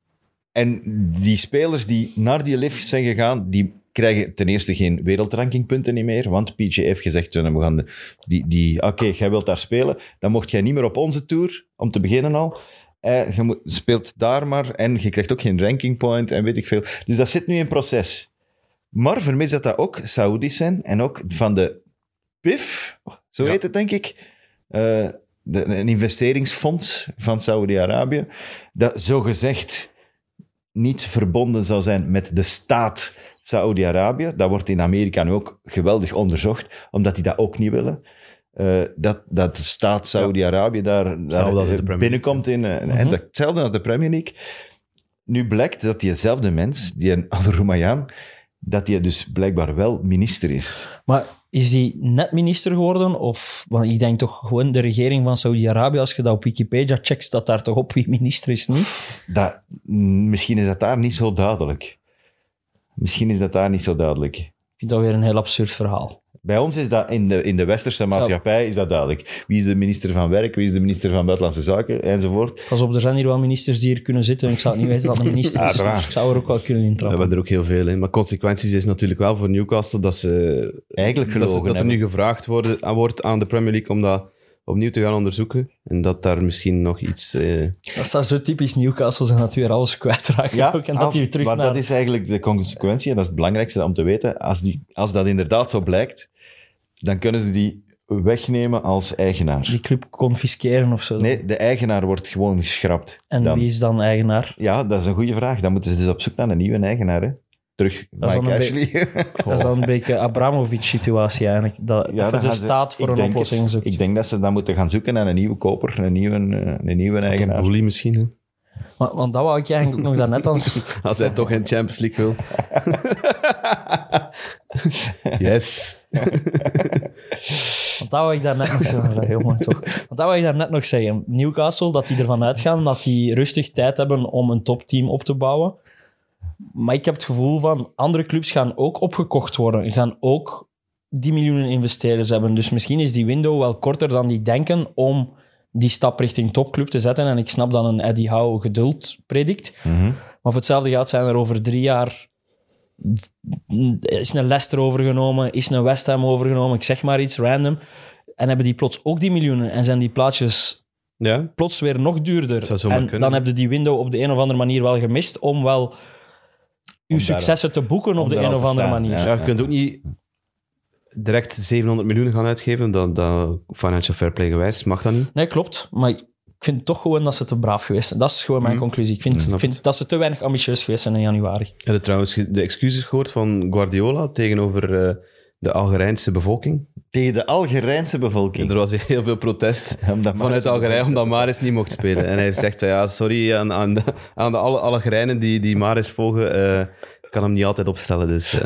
en die spelers die naar die lift zijn gegaan, die krijgen ten eerste geen wereldrankingpunten niet meer, want P G A heeft gezegd, we gaan de, die, die, oké, okay, jij wilt daar spelen, dan mocht jij niet meer op onze tour, om te beginnen al. Eh, je moet, speelt daar maar, en je krijgt ook geen ranking point, en weet ik veel. Dus dat zit nu in proces. Maar vermis dat dat ook Saoedi's zijn, en ook van de P I F, zo Ja. heet het denk ik, uh, de, een investeringsfonds van Saudi-Arabië, dat zogezegd niet verbonden zou zijn met de staat Saoedi-Arabië. Dat wordt in Amerika nu ook geweldig onderzocht, omdat die dat ook niet willen. Uh, dat, dat de staat Saoedi-Arabië daar, daar Hetzelfde als de Premier binnenkomt in. Uh, Mhm. en dat, hetzelfde als de Premier League. Nu blijkt dat diezelfde mens, die een Al-Rumayyan, dat hij dus blijkbaar wel minister is. Maar is hij net minister geworden? Of, want ik denk toch gewoon de regering van Saudi-Arabië, als je dat op Wikipedia checkt, staat daar toch op wie minister is, niet? Dat, misschien is dat daar niet zo duidelijk. Misschien is dat daar niet zo duidelijk. Ik vind dat weer een heel absurd verhaal. Bij ons is dat in de, in de westerse maatschappij is dat duidelijk. Wie is de minister van Werk, wie is de minister van Buitenlandse Zaken, enzovoort. Pas op, er zijn hier wel ministers die hier kunnen zitten. Ik zou het niet weten dat een minister is. Uiteraard. Dus ik zou er ook wel kunnen We intrappen. hebben er ook heel veel in. Maar consequenties is natuurlijk wel voor Newcastle dat ze... Eigenlijk dat, ze- gelogen dat er nu hebben. gevraagd worden, aan wordt aan de Premier League om dat opnieuw te gaan onderzoeken. En dat daar misschien nog iets... eh, Dat zou zo typisch Newcastle zijn dat we weer alles kwijtraken. Ja, ook, en dat als- die weer terug maar naar... dat is eigenlijk de consequentie, en dat is het belangrijkste om te weten. Als, die, als dat inderdaad zo blijkt, dan kunnen ze die wegnemen als eigenaar. die club confisceren of zo. Nee, de eigenaar wordt gewoon geschrapt. En Dan. wie is dan eigenaar? Ja, dat is een goede vraag. Dan moeten ze dus op zoek naar een nieuwe eigenaar. Hè. Terug, Dat is Mike dan een Ashley. Dat is dan een beetje Abramovic-situatie eigenlijk. Dat Ja, even dan de gaan ze- staat voor ik een denk oplossing het. zoekt. Ik denk dat ze dan moeten gaan zoeken naar een nieuwe koper, een nieuwe, eh, een nieuwe eigenaar. Bully misschien, hè? Want, want dat wou ik eigenlijk ook nog daarnet als... Als hij toch in Champions League wil. Yes. Want dat wou ik daarnet nog zeggen. Heel mooi, toch? Want dat wou ik daarnet nog zeggen. Newcastle, dat die ervan uitgaan dat die rustig tijd hebben om een topteam op te bouwen. Maar ik heb het gevoel van, andere clubs gaan ook opgekocht worden. Gaan ook die miljoenen investeerders hebben. Dus misschien is die window wel korter dan die denken om die stap richting topclub te zetten. En ik snap dat een Eddie Howe geduld predikt. Mhm. Maar voor hetzelfde geld zijn er over drie jaar... Is een Leicester overgenomen, is een West Ham overgenomen, ik zeg maar iets random. En hebben die plots ook die miljoenen en zijn die plaatjes Ja. plots weer nog duurder. zou zomaar En kunnen. dan heb je die window op de een of andere manier wel gemist om wel uw daar- successen te boeken op om de daar een al of te andere staan, manier. ja. Ja, je kunt ook niet direct zevenhonderd miljoen gaan uitgeven. Dat, dat financial fair play gewijs mag dat niet. Nee, klopt. Maar ik vind toch gewoon dat ze te braaf geweest zijn. Dat is gewoon mijn Mhm. conclusie. Ik vind, ik Snap vind het. dat ze te weinig ambitieus geweest zijn in januari. Heb je trouwens ge- de excuses gehoord van Guardiola tegenover uh, de Algerijnse bevolking? Tegen de Algerijnse bevolking. Er was heel veel protest Omdat Mahrez vanuit Algerije niet omdat mocht Mahrez niet mocht spelen. En hij zegt van ja, sorry aan, aan, de, aan de alle Algerijnen die, die Mahrez volgen. Uh, ik kan hem niet altijd opstellen, dus uh,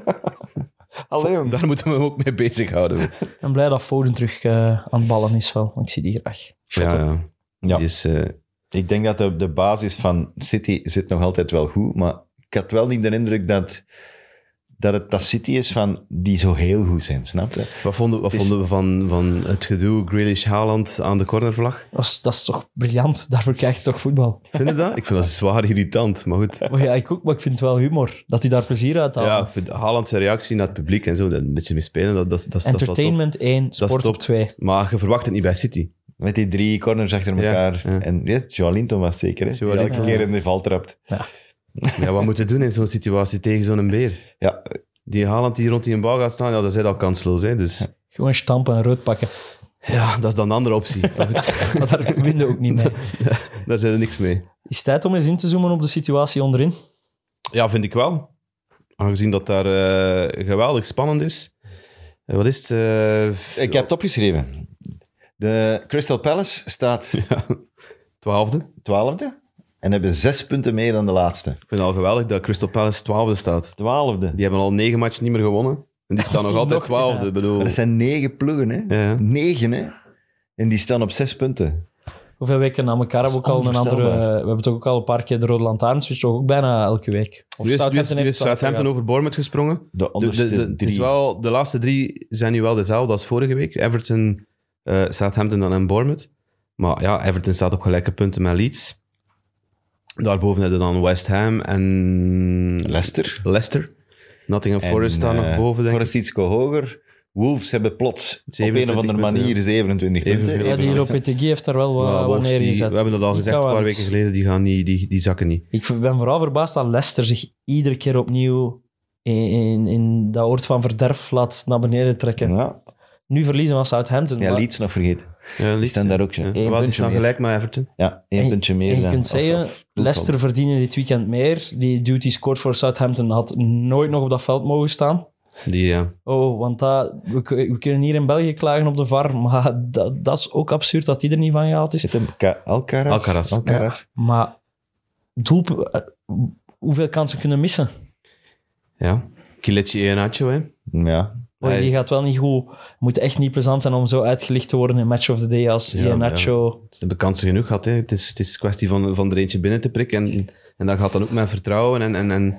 Allee, jong. daar moeten we hem ook mee bezighouden. Ik ben blij dat Foden terug uh, aan het ballen is wel. Want ik zie die graag. Shot Ja, up. ja. Ja. Die is, uh, Ik denk dat de, de basis van City zit nog altijd wel goed, maar ik had wel niet de indruk dat, dat het dat City is van die zo heel goed zijn, snap je? wat vonden, wat Het is- vonden we van, van het gedoe Grealish-Haaland aan de cornervlag? Dat is, dat is toch briljant? Daarvoor krijg je toch voetbal? Vind je dat? Ik vind dat zwaar irritant, maar goed. Maar ja, ik ook, maar ik vind het wel humor. Dat hij daar plezier uit haalt. Ja, ik vind Haaland zijn reactie naar het publiek en zo, dat een beetje mee spelen, dat, dat, dat, dat is wel top. Entertainment één, is sport top. op twee. Maar je verwacht het niet bij City. Met die drie corners achter Ja, elkaar. ja. En ja, Joelinton was het zeker, hè? Die Joelinton, elke keer ja. in de val trapt. Ja, wat moet je doen in zo'n situatie tegen zo'n beer? Ja, Die Haaland die rond die een bal gaat staan, ja, dat is al kansloos. Hè? Dus Gewoon stampen en rood pakken. ja, dat is dan een andere optie. Maar goed, Maar daar winnen we ook niet mee. daar zijn er niks mee. Is het tijd om eens in te zoomen op de situatie onderin? Ja, vind ik wel. Aangezien dat daar eh, geweldig spannend is. Eh, wat is het? eh, ik heb het opgeschreven. De Crystal Palace staat Twaalfde. twaalfde en hebben zes punten meer dan de laatste. Ik vind het al geweldig dat Crystal Palace twaalfde staat. Twaalfde. Die hebben al negen matchen niet meer gewonnen. En die staan nog die altijd nog- twaalfde. ja. Ik bedoel, Maar dat zijn negen ploegen, hè? ja. Negen, hè? En die staan op zes punten. Hoeveel weken na elkaar hebben we ook al een andere... onvoorstelbaar. We hebben toch ook al een paar keer de Rode Lantaarn switch, toch ook bijna elke week. Of Nu is, nu is, Southampton nu is heeft het wel Southampton gehad. over Bournemouth gesprongen. De De, onderste de, de, het drie. is wel, de laatste drie zijn nu wel dezelfde als vorige week. Everton, eh, Southampton en Bournemouth. Maar ja, Everton staat op gelijke punten met Leeds. Daarboven hebben we dan West Ham en Leicester. Leicester. Nottingham Forest staat En, nog eh, boven, denk ik. Forest iets hoger. Wolves hebben plots op een zevenentwintig of andere punten, manier zevenentwintig Evenveel. punten. Ja, die Even- Lopetegui heeft daar wel wat, Ja, wat Wolves, die- neergezet. we hebben dat al Die gezegd kan een paar wel weken iets. geleden. Die, gaan niet, die, die zakken niet. Ik ben vooral verbaasd dat Leicester zich iedere keer opnieuw in, in, in dat oord van verderf laat naar beneden trekken. Ja, Nu verliezen van Southampton. ja maar- Leeds nog vergeten. Ja, Leeds, staan daar ook zo. ja. Eén Wel, die puntje staan meer. gelijk met Everton. Ja, één En- puntje meer en je dan. kunt of- zeggen, of Leicester verdienen dit weekend meer. Die dude die scoort voor Southampton had nooit nog op dat veld mogen staan. Die, ja. Oh, want dat, we, k- we kunnen hier in België klagen op de V A R, maar dat, dat is ook absurd dat die er niet van gehaald is. Zit hem Ka- Alcaraz? Alcaraz. Alcaraz. Maar doelp, eh, hoeveel kansen kunnen missen? ja. Kelechi Iheanacho, hè. Ja. Oei, Hij- die gaat wel niet goed. Het moet echt niet plezant zijn om zo uitgelicht te worden in Match of the Day als Ja, Iheanacho. Ze hebben kansen genoeg gehad. Hè. Het, is, het is kwestie van, van er eentje binnen te prikken. En, en dat gaat dan ook met vertrouwen. En, en, en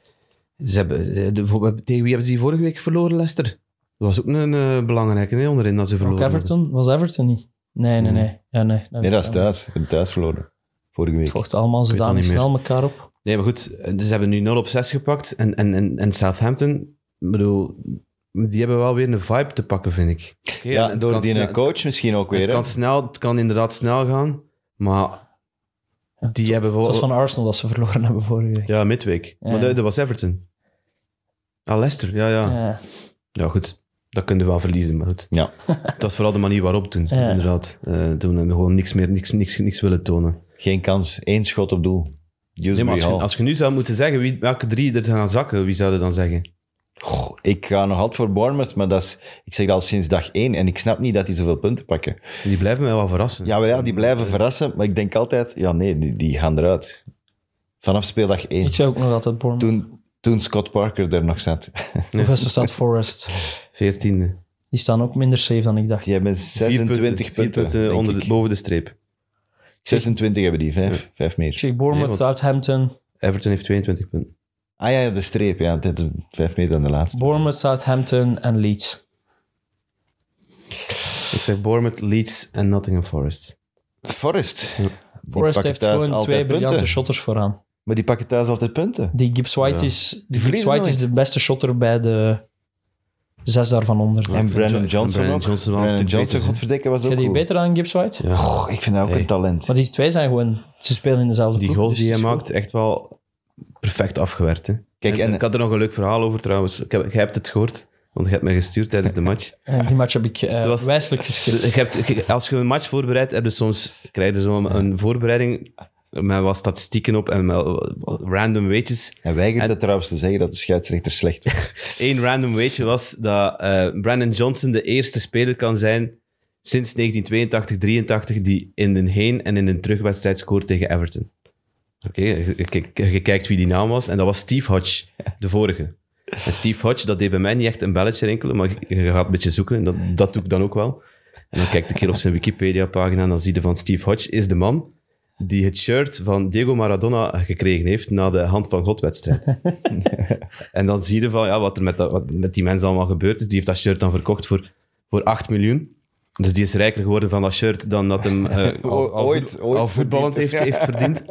ze hebben, de, voor- tegen wie hebben ze die vorige week verloren, Leicester? Dat was ook een uh, belangrijke hè, onderin dat ze Ook verloren hebben. Everton? Was Everton niet? Nee, nee, nee. Ja, nee. Nee, dat is thuis. Ze hebben thuis verloren. Vorige week. Het volgt allemaal weet zodanig dat niet snel elkaar op. Nee, maar goed. Ze hebben nu nul op zes gepakt. En, en, en, en Southampton, ik bedoel, die hebben wel weer een vibe te pakken, vind ik. Oké, Ja, het door kan die snel- coach misschien ook weer. Het hè. kan, snel, het kan inderdaad snel gaan. Maar die hebben wel... Het was van Arsenal dat ze verloren hebben vorige week. Ja, midweek. Ja. Maar dat, dat was Everton. Ah, Leicester, ja, ja. Ja. Ja, goed. Dat kun je wel verliezen, maar goed. Ja. Dat was vooral de manier waarop toen, Ja. inderdaad. Eh toen en gewoon niks meer, niks, niks, niks willen tonen. Geen kans. Eén schot op doel. Nee, maar Dewsbury als je, Hall. als je nu zou moeten zeggen wie, welke drie er gaan zakken, wie zou je dan zeggen? Goh, ik ga nog altijd voor Bournemouth, maar dat is, ik zeg dat al sinds dag één. En ik snap niet dat die zoveel punten pakken. Die blijven mij wel verrassen. Ja, maar ja, die blijven verrassen. Maar ik denk altijd, ja nee, die, die gaan eruit. Vanaf speeldag één. Ik zou ook nog altijd Bournemouth. Toen, toen Scott Parker er nog zat. Hoeveelste staat Forest? veertiende. Die staan ook minder safe dan ik dacht. Die hebben Vier zesentwintig punten, punten, vier punten onder denk de, ik. boven de streep. zesentwintig hebben die, vijf, vijf Ik meer. zeg Bournemouth, Nee, want- Southampton. Everton heeft tweeëntwintig punten. Ah ja, de streep, ja. Dat is vijf meer dan de laatste. Bournemouth, Southampton en Leeds. Ik zeg Bournemouth, Leeds en Nottingham Forest. Forest. Die Forest pakken heeft thuis gewoon altijd twee briljante punten. shotters vooraan. Maar die pakken thuis altijd punten. Die Gibbs White Ja. is, die Gibbs verliezen White is nooit. de beste shotter bij de zes daarvan onder. En Brandon Jo- Johnson Brandon ook. Johnson was Brandon natuurlijk Johnson, beter, godverdikke, was Vind ook je die goed. beter dan Gibbs White? Ja. Goh, ik vind dat ook Hey. een talent. Maar die twee zijn gewoon... Ze spelen in dezelfde Die ploeg, goals dus die het hij is maakt, echt wel perfect afgewerkt. Hè. Kijk, en, en- ik had er nog een leuk verhaal over trouwens. Ik heb, jij hebt het gehoord, want je hebt mij gestuurd tijdens de match. goed. En die match heb ik eh, Het was- wijselijk geskipt. Je hebt, je- als je een match voorbereidt, heb je soms, krijg je zo'n een voorbereiding met wat statistieken op en met random weetjes. Hij weigert En- het trouwens te zeggen dat de scheidsrechter slecht was. Eén random weetje was dat eh, Brandon Johnson de eerste speler kan zijn sinds negentien tweeëntachtig drieëntachtig die in een heen- en in een terugwedstrijd scoort tegen Everton. Oké, je, je- je- je kijkt wie die naam was, en dat was Steve Hodge, de vorige. En Steve Hodge, dat deed bij mij niet echt een belletje rinkelen, maar je, je gaat een beetje zoeken, en dat, dat doe ik dan ook wel. En dan kijk ik een keer op zijn Wikipedia-pagina en dan zie je van Steve Hodge is de man die het shirt van Diego Maradona gekregen heeft na de Hand van God-wedstrijd. En dan zie je van ja, wat er met, dat, wat met die mensen allemaal gebeurd is. Die heeft dat shirt dan verkocht voor, voor acht miljoen. Dus die is rijker geworden van dat shirt dan dat hem eh, al, al, Ooit- voet- ooit al voetballend verdiend. heeft, heeft verdiend.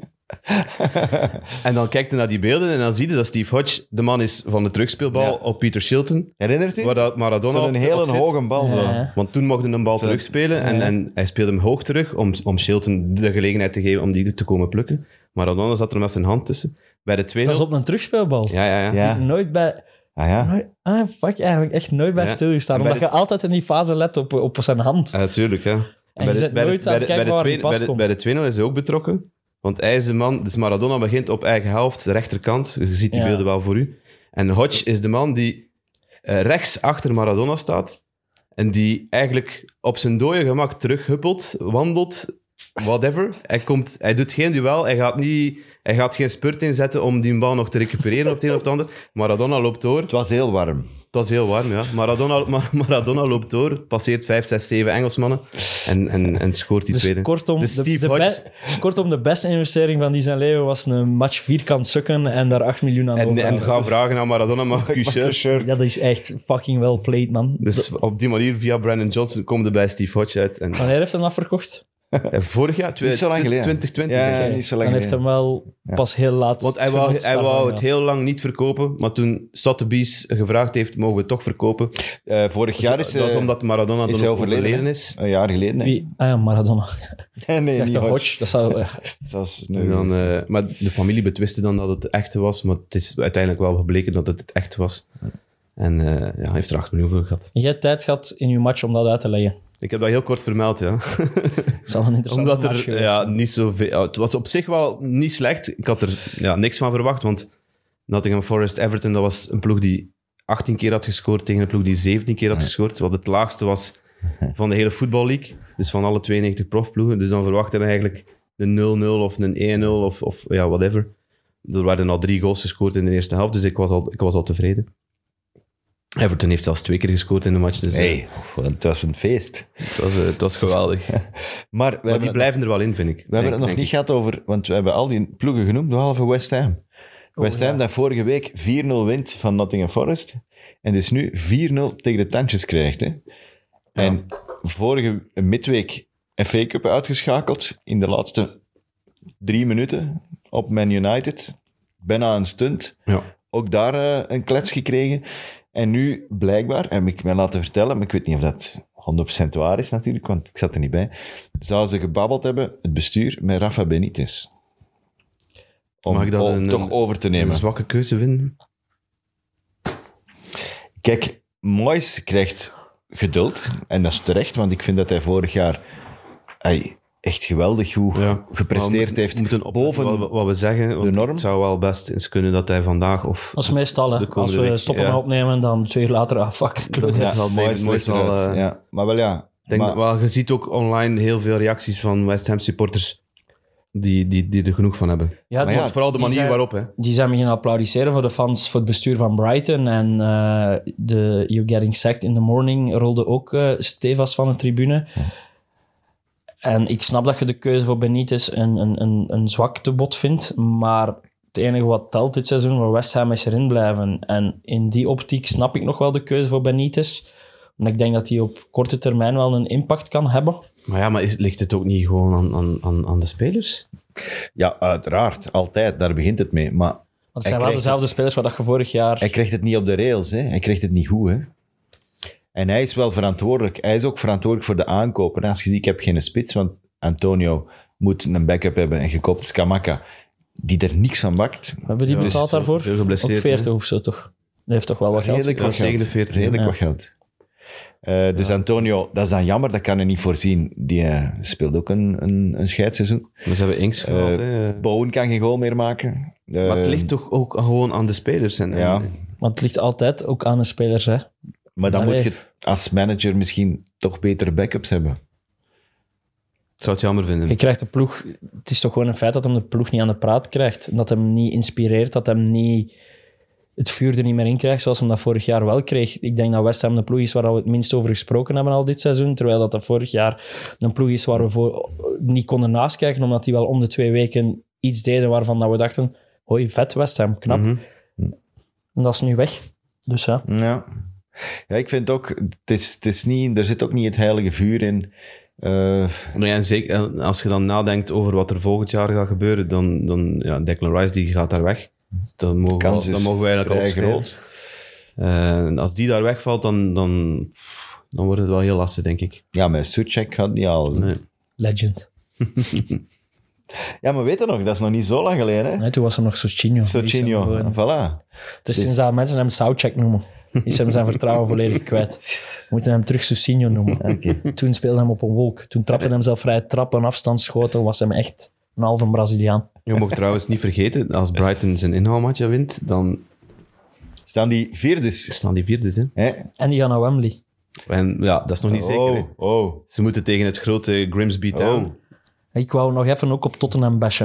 En dan kijkt hij naar die beelden en dan zie je dat Steve Hodge de man is van de terugspeelbal Ja. op Peter Shilton, Herinnert u? waar dat Maradona Zo'n op- hele op zit. hoge bal. Zo. Ja. Want toen mocht hij een bal Zo. terugspelen en, Ja. en hij speelde hem hoog terug om, om Shilton de gelegenheid te geven om die te komen plukken. Maradona zat er met zijn hand tussen. Bij de twee Dat nul... is op een terugspeelbal. Ja, ja, ja. Ja. Nooit bij... Ah ja. Nooit, ah, fuck, eigenlijk echt nooit bij Ja. stilgestaan. En bij Omdat je altijd in die fase let op, op zijn hand. Ja, natuurlijk, ja. En je zit nooit aan het kijken waar die pas bij de, komt. bij de twee nul is hij ook betrokken. Want hij is de man... Dus Maradona begint op eigen helft, de rechterkant. Je ziet die Ja. beelden wel voor u. En Hodge is de man die eh, rechts achter Maradona staat. En die eigenlijk op zijn dode gemak terughuppelt, wandelt, whatever. Hij, komt, hij doet geen duel, hij gaat, niet, hij gaat geen spurt inzetten om die bal nog te recupereren of het een of het ander. Maradona loopt door. Het was heel warm. Het was heel warm, ja. Maradona, Ma- Maradona loopt door, passeert vijf, zes, zeven Engelsmannen en, en, en scoort die Dus tweede. kortom, Dus de, Steve de, Hodge- be- kortom, de beste investering van die zijn leven was een match vierkant sukken en daar acht miljoen aan En, en overhouden. ga vragen aan Maradona, mag ik uw Mag je shirt? shirt? Dat is echt fucking well played, man. Dus op die manier, via Brandon Johnson, komt er bij Steve Hodge uit. En, Wanneer heeft hij dat verkocht? en vorig jaar, Niet zo lang geleden. twintig twintig. Ja, denk ik. ja, niet zo lang Dan heeft geleden. hem wel pas heel laat... Want hij wou, genot hij wou daarvan het gehad. heel lang niet verkopen, maar toen Sotheby's gevraagd heeft, mogen we het toch verkopen. Eh, vorig jaar is, dat is eh, omdat Maradona is dan hij ook overleden. overleden hè? is. Een jaar geleden. hè? Wie? Ah ja, Maradona. Nee, nee, Ik dacht niet de Hodge. Hodge. Dat zou... eh, Dat was En dan, eh, maar de familie betwiste dan dat het echt was, maar het is uiteindelijk wel gebleken dat het het echt was. En eh, ja, hij heeft er acht miljoen voor gehad. Jij hebt tijd gehad in je match om dat uit te leggen. Ik heb dat heel kort vermeld, ja. Het is al een interessante Omdat match er geweest. ja, niet zoveel... ja, het was op zich wel niet slecht. Ik had er ja, niks van verwacht, want Nottingham Forest Everton, dat was een ploeg die achttien keer had gescoord tegen een ploeg die zeventien keer had gescoord. Wat het laagste was van de hele Football League. Dus van alle tweeënnegentig profploegen. Dus dan verwacht je eigenlijk een nul nul of een één nul of, of ja, whatever. Er werden al drie goals gescoord in de eerste helft, dus ik was al, ik was al tevreden. Everton heeft zelfs twee keer gescoord in de match, dus eh, Hey, het was een feest. het, was, eh, het was geweldig. Maar we Maar hebben, die het, blijven er wel in, vind ik. we hebben Denk- het nog denk niet ik. gehad over... Want we hebben al die ploegen genoemd, behalve West Ham. West Ham ja. dat vorige week vier nul wint van Nottingham Forest. En dus nu vier nul tegen de tandjes krijgt. Hè. En vorige midweek F A Cup uitgeschakeld in de laatste drie minuten op Man United. Bijna een stunt. Ja. Ook daar eh, een klets gekregen. En nu, blijkbaar, heb ik mij laten vertellen, maar ik weet niet of dat honderd procent waar is natuurlijk, want ik zat er niet bij, zou ze gebabbeld hebben, het bestuur, met Rafa Benitez. Om, Mag ik dat om een- toch over te nemen. Een zwakke keuze vinden. Kijk, Moyes krijgt geduld, en dat is terecht, want ik vind dat hij vorig jaar... Hij, echt geweldig goed Ja. gepresteerd Maar we heeft. We moeten opletten boven wat, wat we zeggen. Want de norm. Het zou wel best eens kunnen dat hij vandaag... Of, Dat is meestal, hè. de komende Als we week, stoppen ja. met opnemen, dan twee uur later, ah, fuck, kloot. Ja, wel mooi David Moyes slecht wel, eruit. eh, ja. Maar wel ja. Ik denk maar, dat- wel, je ziet ook online heel veel reacties van West Ham supporters die, die, die er genoeg van hebben. Ja, Maar die, ja, Vooral de die manier zijn- waarop. Hè. die zijn beginnen applaudisseren voor de fans, voor het bestuur van Brighton. En eh, de You're Getting Sacked in the Morning rolde ook uh, stevast van de tribune. En ik snap dat je de keuze voor Benitez een, een, een, een zwaktebod vindt, maar het enige wat telt dit seizoen voor West Ham is erin blijven. En in die optiek snap ik nog wel de keuze voor Benitez. Omdat ik denk dat hij op korte termijn wel een impact kan hebben. Maar ja, maar is, ligt het ook niet gewoon aan, aan, aan, aan de spelers? ja, uiteraard. Altijd. Daar begint het mee. Maar Want het Hij zijn wel krijgt dezelfde spelers waar dat je vorig jaar... hij krijgt het niet op de rails. Hè. Hij krijgt het niet goed. Hè. En hij is wel verantwoordelijk. Hij is ook verantwoordelijk voor de aankopen. Als je ziet, ik heb geen spits, want Antonio moet een backup hebben en gekoopt Scamacca, die er niks van bakt. We hebben die Ja, betaald dus daarvoor? veel geblesseerd, Ook veertig hè? of zo, toch? Die heeft toch wel wat geld? Redelijk wat Ja, geld. zevenenveertig, Redelijk ja. wat geld. Uh, dus Antonio, dat is dan jammer, dat kan hij niet voorzien. Die uh, speelt ook een, een, een scheidseizoen. Maar ze hebben Inks gehaald. Uh, hè. Bowen kan geen goal meer maken. Uh, Maar het ligt toch ook gewoon aan de spelers. En, Ja. en- Want het ligt altijd ook aan de spelers, hè. Maar dan Allee. moet je als manager misschien toch betere backups hebben. ik zou het jammer vinden. Je krijgt de ploeg... Het is toch gewoon een feit dat hem de ploeg niet aan de praat krijgt. Dat hem niet inspireert, dat hem niet... Het vuur er niet meer in krijgt zoals hem dat vorig jaar wel kreeg. Ik denk dat West Ham de ploeg is waar we het minst over gesproken hebben al dit seizoen, terwijl dat, dat vorig jaar een ploeg is waar we voor niet konden naastkijken, omdat die wel om de twee weken iets deden waarvan dat we dachten, hoi, vet West Ham, knap. Mhm. En dat is nu weg. Dus ja. Ja, ja ik vind ook, het is, het is niet, er zit ook niet het heilige vuur in. Uh, Maar ja, en zeker en als je dan nadenkt over wat er volgend jaar gaat gebeuren, dan, dan ja, Declan Rice die gaat daar weg. Dan mogen, we, kans dan is mogen wij eigenlijk al vrij opschrijven. groot. Eh, en als die daar wegvalt, dan, dan, dan wordt het wel heel lastig, denk ik. Ja, met Suchek gaat niet alles. hè. Nee. Legend. Ja, maar weet je nog, dat is nog niet zo lang geleden. Hè? Nee, toen was er nog Socinho. Socinho, Die is hem gewoon- voilà. Het is sinds dat mensen hem Southcheck noemen. Is hem zijn vertrouwen volledig kwijt. We moeten hem terug Socinho noemen. Oké. Toen speelde hij hem op een wolk. Toen trapte hij hem zelf vrij trap en afstandsschoten. Was hem echt een halve Braziliaan. Je mag trouwens niet vergeten, als Brighton zijn inhaalmatch wint, dan Staan die vierdes? staan die vierdes. Hè? Hè? En die gaan naar Wembley. En ja, dat is nog niet zeker. Hè. Oh, oh, Ze moeten tegen het grote Grimsby Town. oh. Ik wou nog even ook op Tottenham bashen.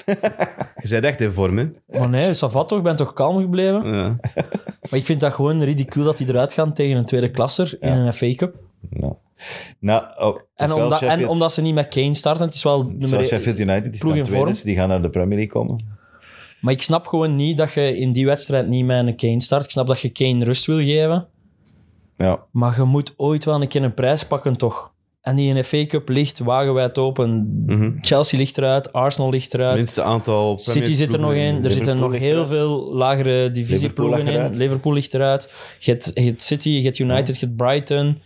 Je bent echt in vorm, hè? Maar nee, Savat toch, ik ben toch kalm gebleven. Ja. Maar ik vind dat gewoon ridicuul dat hij eruit gaat tegen een tweede klasser in een F A Cup. Nou, nou oh, het is En, wel omdat- en Sheffield- omdat ze niet met Kane starten. Het is wel het is nummer wel één- Sheffield United, die ploeg staan in vorm. tweede, die gaan naar de Premier League komen. Maar ik snap gewoon niet dat je in die wedstrijd niet met een Kane start. Ik snap dat je Kane rust wil geven. Ja, Maar je moet ooit wel een keer een prijs pakken, toch? En die in F A Cup ligt wagenwijd open. Mhm. Chelsea ligt eruit, Arsenal ligt eruit. Minste aantal City zit er nog in. Er Liverpool zitten nog ligt heel eruit. veel lagere divisieploegen Liverpool ligt in. eruit. Liverpool ligt eruit. Je hebt, je hebt City, je hebt United, je hebt Brighton.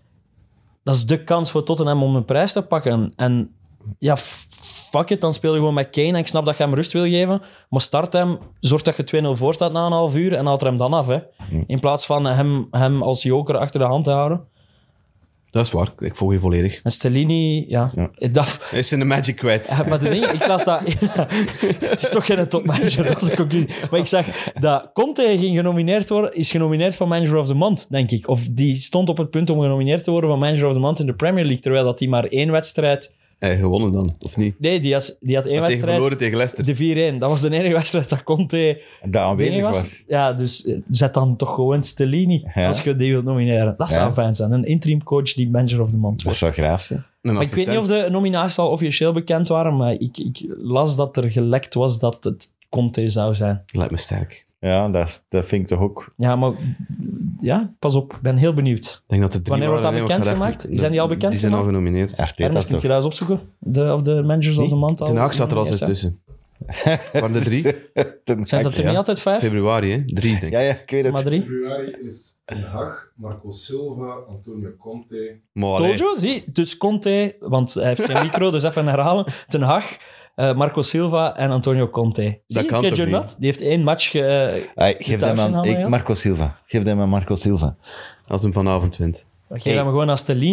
Dat is de kans voor Tottenham om een prijs te pakken. En ja, f- fuck it, dan speel je gewoon met Kane. En ik snap dat je hem rust wil geven. Maar start hem, zorg dat je twee nul voor staat na een half uur en haalt er hem dan af. Hè. In plaats van hem, hem als joker achter de hand te houden. Dat is waar, ik volg je volledig. En Stellini, ja. Dat, Hij is in de magic kwijt. Ja, maar de ding, ik las dat... het is toch geen topmanager, dat was de conclusie. Maar ik zag dat Conte ging genomineerd worden, is genomineerd voor Manager of the Month, denk ik. Of die stond op het punt om genomineerd te worden van Manager of the Month in de Premier League, terwijl dat hij maar één wedstrijd... Hij gewonnen dan, of niet? Nee, die had, die had één Tegen wedstrijd... verloren tegen Leicester. De vier één. Dat was de enige wedstrijd dat Conte... dat aanwezig dingen was. Ja, dus eh, zet dan toch gewoon Stellini Ja. als je die wilt nomineren. Dat zou Ja. fijn zijn. Een interim coach die Manager of the Month Dat wordt. zou graaf zijn. Een Maar ik weet niet of de nominaties al officieel bekend waren, maar ik, ik las dat er gelekt was dat het Conte zou zijn. Lijkt me sterk. Ja, dat, dat vind ik toch ook... Ja, maar ja, pas op. Ik ben heel benieuwd. Ik denk dat er drie Wanneer wordt waren, dat hè, maar ik ga bekendgemaakt? even- Zijn die al Die zijn al bekendgemaakt? genomineerd. Arteta Ernest, moet toch? je dat eens opzoeken? De, of de Managers of the Month al? Ten Haag staat er al eens Ja. tussen. Waren er drie? Ten Zijn dat er Ja. niet altijd vijf? Februari, hè? Drie, denk ik. Ja, ja, ik weet Maar het. drie? Februari is Ten Hag, Marco Silva, Antonio Conte. Maar allee, Tojo, zie. Dus Conte, want hij heeft geen micro, dus even herhalen. Ten Hag, eh, Marco Silva en Antonio Conte. Zie, kan kid toch you niet? not? Die heeft één match ge... Hey, geef thuis hem aan inhalen ik, gehad? Marco Silva. Geef hem aan Marco Silva. als hem vanavond wint. Geef Hey. hem gewoon aan Stellini.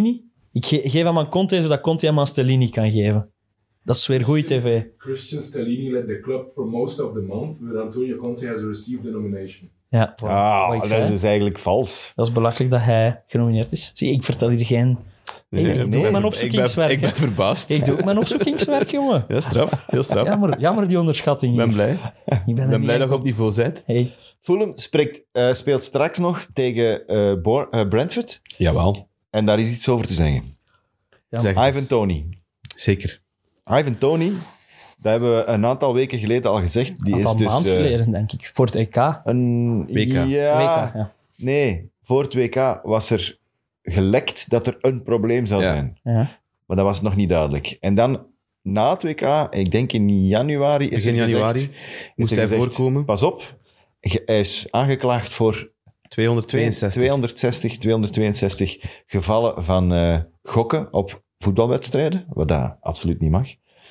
Ik ge- geef hem aan Conte, zodat Conte hem aan Stellini kan geven. Dat is weer goede tv. Christian Stellini led the club for most of the month, but Antonio Conte has received the nomination. Ja, voilà. Ah, Wat ik dat zei. is dus eigenlijk vals. Dat is belachelijk dat hij genomineerd is. Zie, ik vertel hier geen... Nee, ik doe nee, ook mijn ik ben- opzoekingswerk. Ik ben, hè. ik ben verbaasd. Ik doe ook mijn opzoekingswerk, jongen. Ja, straf. Heel straf. Jammer, jammer die onderschatting Ik ben hier. blij. Ik ben, Ik er ben niet blij dat je enkel- op niveau bent. Hey. Fulham spreekt, eh, speelt straks nog tegen eh, Bor- eh, Brentford. Jawel. En daar is iets over te zeggen. Ja. Zeg het Ivan eens. Toney. Zeker. Ivan Toney, dat hebben we een aantal weken geleden al gezegd. Die Een is aantal dus maanden eh, geleden, denk ik. Voor het E K. een... W K. Ja, W K, ja. Nee, voor het W K was er gelekt dat er een probleem zou Ja. zijn. Ja. Maar dat was nog niet duidelijk. En dan, na het W K, ik denk in januari... Is Begin er gezegd- januari is moest er hij gezegd, voorkomen. Pas op, ge- hij is aangeklaagd voor tweehonderdtweeënzestig. tweehonderdzestig, tweehonderdtweeënzestig gevallen van eh, gokken op voetbalwedstrijden, wat dat absoluut niet mag.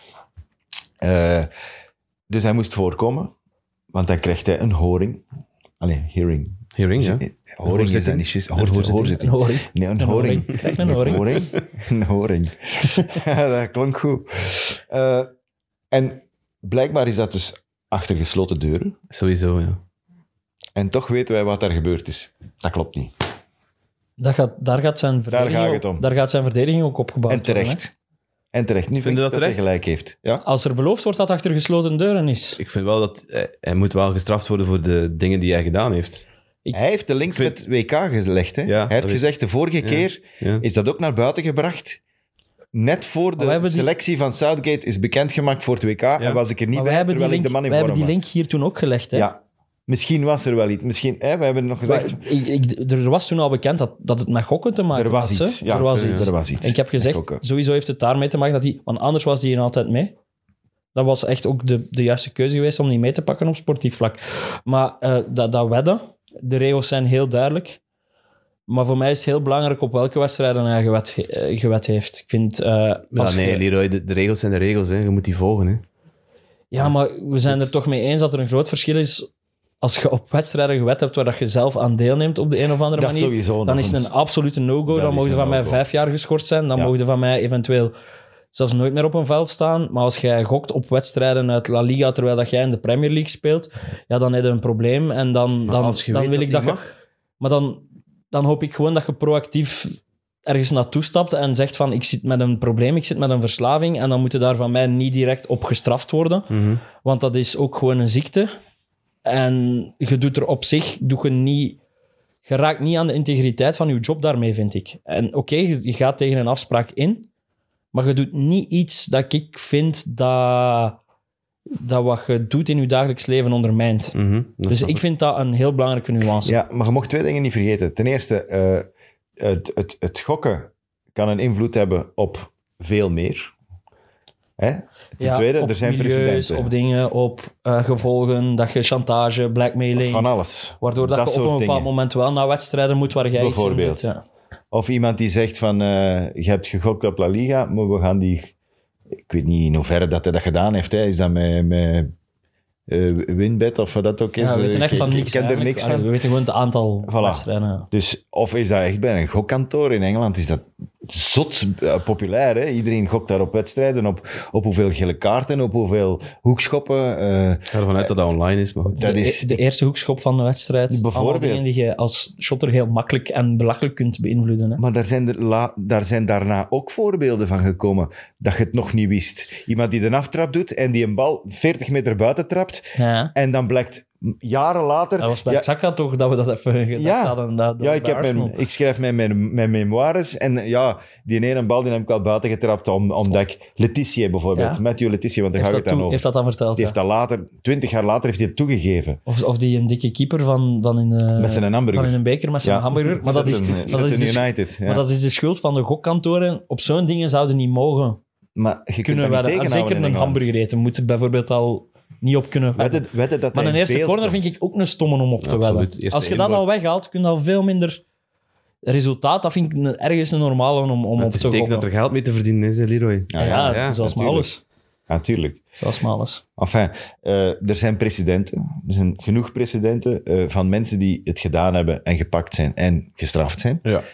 Eh, dus hij moest voorkomen, want dan krijgt hij een horing. Allee, hearing. Hearing, ja. Horing is dat niet juist. Hoor- Een hoorzitting. horing. Nee, een Een horing. horing. Krijg een horing. Een horing. Een horing. Dat klonk goed. Eh, en blijkbaar is dat dus achter gesloten deuren. Sowieso, ja. En toch weten wij wat daar gebeurd is. Dat klopt niet. Dat gaat, daar, gaat zijn verdediging gaat ook- het om. daar gaat zijn verdediging ook opgebouwd En worden. terecht. En terecht. Nu vind Vind je ik dat dat hij terecht? gelijk heeft. Ja? hè. Als er beloofd wordt dat achter gesloten deuren is. Ik vind wel dat hij, hij moet wel gestraft worden voor de dingen die hij gedaan heeft. Hij heeft de link vind- met W K gelegd. Hè? Ja, hij dat heeft weet- gezegd, de vorige Ja. keer Ja. is dat ook naar buiten gebracht. Net voor we de hebben die- selectie van Southgate is bekendgemaakt voor het W K. En was ik er niet Maar wij bij, hebben die terwijl link, ik de man in wij vorm hebben die was. link hier toen ook gelegd. Hè? Ja, misschien was er wel iets. Misschien, hè, we hebben nog gezegd... Maar ik, ik, er was toen al bekend dat, dat het met gokken te maken Er was had. hè. iets. Ja, er was er iets. was iets. En ik heb gezegd, Met gokken. sowieso heeft het daarmee te maken dat hij... Want anders was hij er altijd mee. Dat was echt ook de, de juiste keuze geweest om niet mee te pakken op sportief vlak. Maar eh, dat, dat wedden, de regels zijn heel duidelijk. Maar voor mij is het heel belangrijk op welke wedstrijden hij gewet, eh, gewet heeft. Ik vind... eh, Ja, als nee, je- Leroy, de, de regels zijn de regels. Hè. Je moet die volgen. Hè. Ja, maar we zijn er toch mee eens dat er een groot verschil is als je op wedstrijden gewet hebt waar dat je zelf aan deelneemt op de een of andere Dat is manier. sowieso Dan nog is het een absolute no-go. Dat Dan is mogen je een van mij no-go. vijf jaar geschorst zijn. Dan Ja. mogen je van mij eventueel zelfs nooit meer op een veld staan. Maar als jij gokt op wedstrijden uit La Liga terwijl dat jij in de Premier League speelt, ja, dan heb je een probleem. En dan, dan, als je dan weet wil dat ik dat die je... mag. Maar dan, dan hoop ik gewoon dat je proactief ergens naartoe stapt en zegt van ik zit met een probleem, ik zit met een verslaving en dan moet je daar van mij niet direct op gestraft worden. Mhm. Want dat is ook gewoon een ziekte. En je doet er op zich, doe je niet... Je raakt niet aan de integriteit van je job daarmee, vind ik. En oké, je, je gaat tegen een afspraak in, maar je doet niet iets dat ik vind dat, dat wat je doet in je dagelijks leven ondermijnt. Mhm, dat Dus snap ik vind dat een heel belangrijke nuance. Ja, maar je mocht twee dingen niet vergeten. Ten eerste, eh, het, het, het gokken kan een invloed hebben op veel meer. Hè? Ten Ja, tweede, op er zijn milieus, precedenten. op dingen, op eh, gevolgen, dat je chantage, blackmailing, Van alles. waardoor dat, je op soort een bepaald dingen. moment wel naar wedstrijden moet waar jij iets in Bijvoorbeeld. zit. Ja. Of iemand die zegt van, eh, je hebt gegokt op La Liga, maar we gaan die... Ik weet niet in hoeverre dat hij dat gedaan heeft. Hè. Is dat met, met eh, Winbet of wat dat ook is? Ja, we weten echt Ik- van ik niks ken er eigenlijk. niks Allee, van. We weten gewoon het aantal Voilà. wedstrijden. Ja. Dus, of is dat echt bij een gokkantoor in Engeland? Is dat zot eh, populair? Hè? Iedereen gokt daar op wedstrijden, op, op hoeveel gele kaarten, op hoeveel hoekschoppen. eh, Ik ga ervan uit dat dat online is, maar goed. dat de, is, de eerste hoekschop van de wedstrijd. Bijvoorbeeld. Allemaal dingen die je als shotter heel makkelijk en belachelijk kunt beïnvloeden. Hè. maar daar zijn, er la, daar zijn daarna ook voorbeelden van gekomen dat je het nog niet wist. Iemand die de aftrap doet en die een bal veertig meter buiten trapt Ja. en dan blijkt jaren later... Dat was bij ja, Xhaka toch dat we dat even gedacht Ja. hadden. Dat, Ja, ik, heb mijn, ik schrijf mijn, mijn, mijn memoires en ja, die ene bal die heb ik wel buiten getrapt, om, omdat ik Letitia bijvoorbeeld, Ja. Matthew Letitia, want daar heeft, gaat dat het dan toe- over. heeft dat dan verteld? Die Ja. heeft dat later, twintig jaar later, heeft hij het toegegeven. Of, of die een dikke keeper van, van, in, de, Met zijn hamburger. van in een beker met zijn Ja. hamburger. Maar dat, is, Sutton, maar, dat Sutton is de, United. Ja. maar dat is de schuld van de gokkantoren. Op zo'n dingen zouden niet mogen Maar je kunt kunnen dat niet wedden. En tegenhouden zeker in een Engeland. hamburger eten. Moeten bijvoorbeeld al niet op kunnen wedden. Wedden, wedden dat Maar hij een in eerste beeld corner komt. vind ik ook een stomme om op te Absoluut. wedden. Eerste Als je dat inborg. al weghaalt, kun je al veel minder resultaat. Dat vind ik een- ergens een normale om, om Maar op het te is teken dat gokken. er geld mee te verdienen is, hè, Leroy. Ja, ja, ja, zoals maar natuurlijk. alles. Ja, natuurlijk. Zoals maar alles. Enfin, eh, er zijn precedenten. Er zijn genoeg precedenten eh, van mensen die het gedaan hebben en gepakt zijn en gestraft zijn. Ja.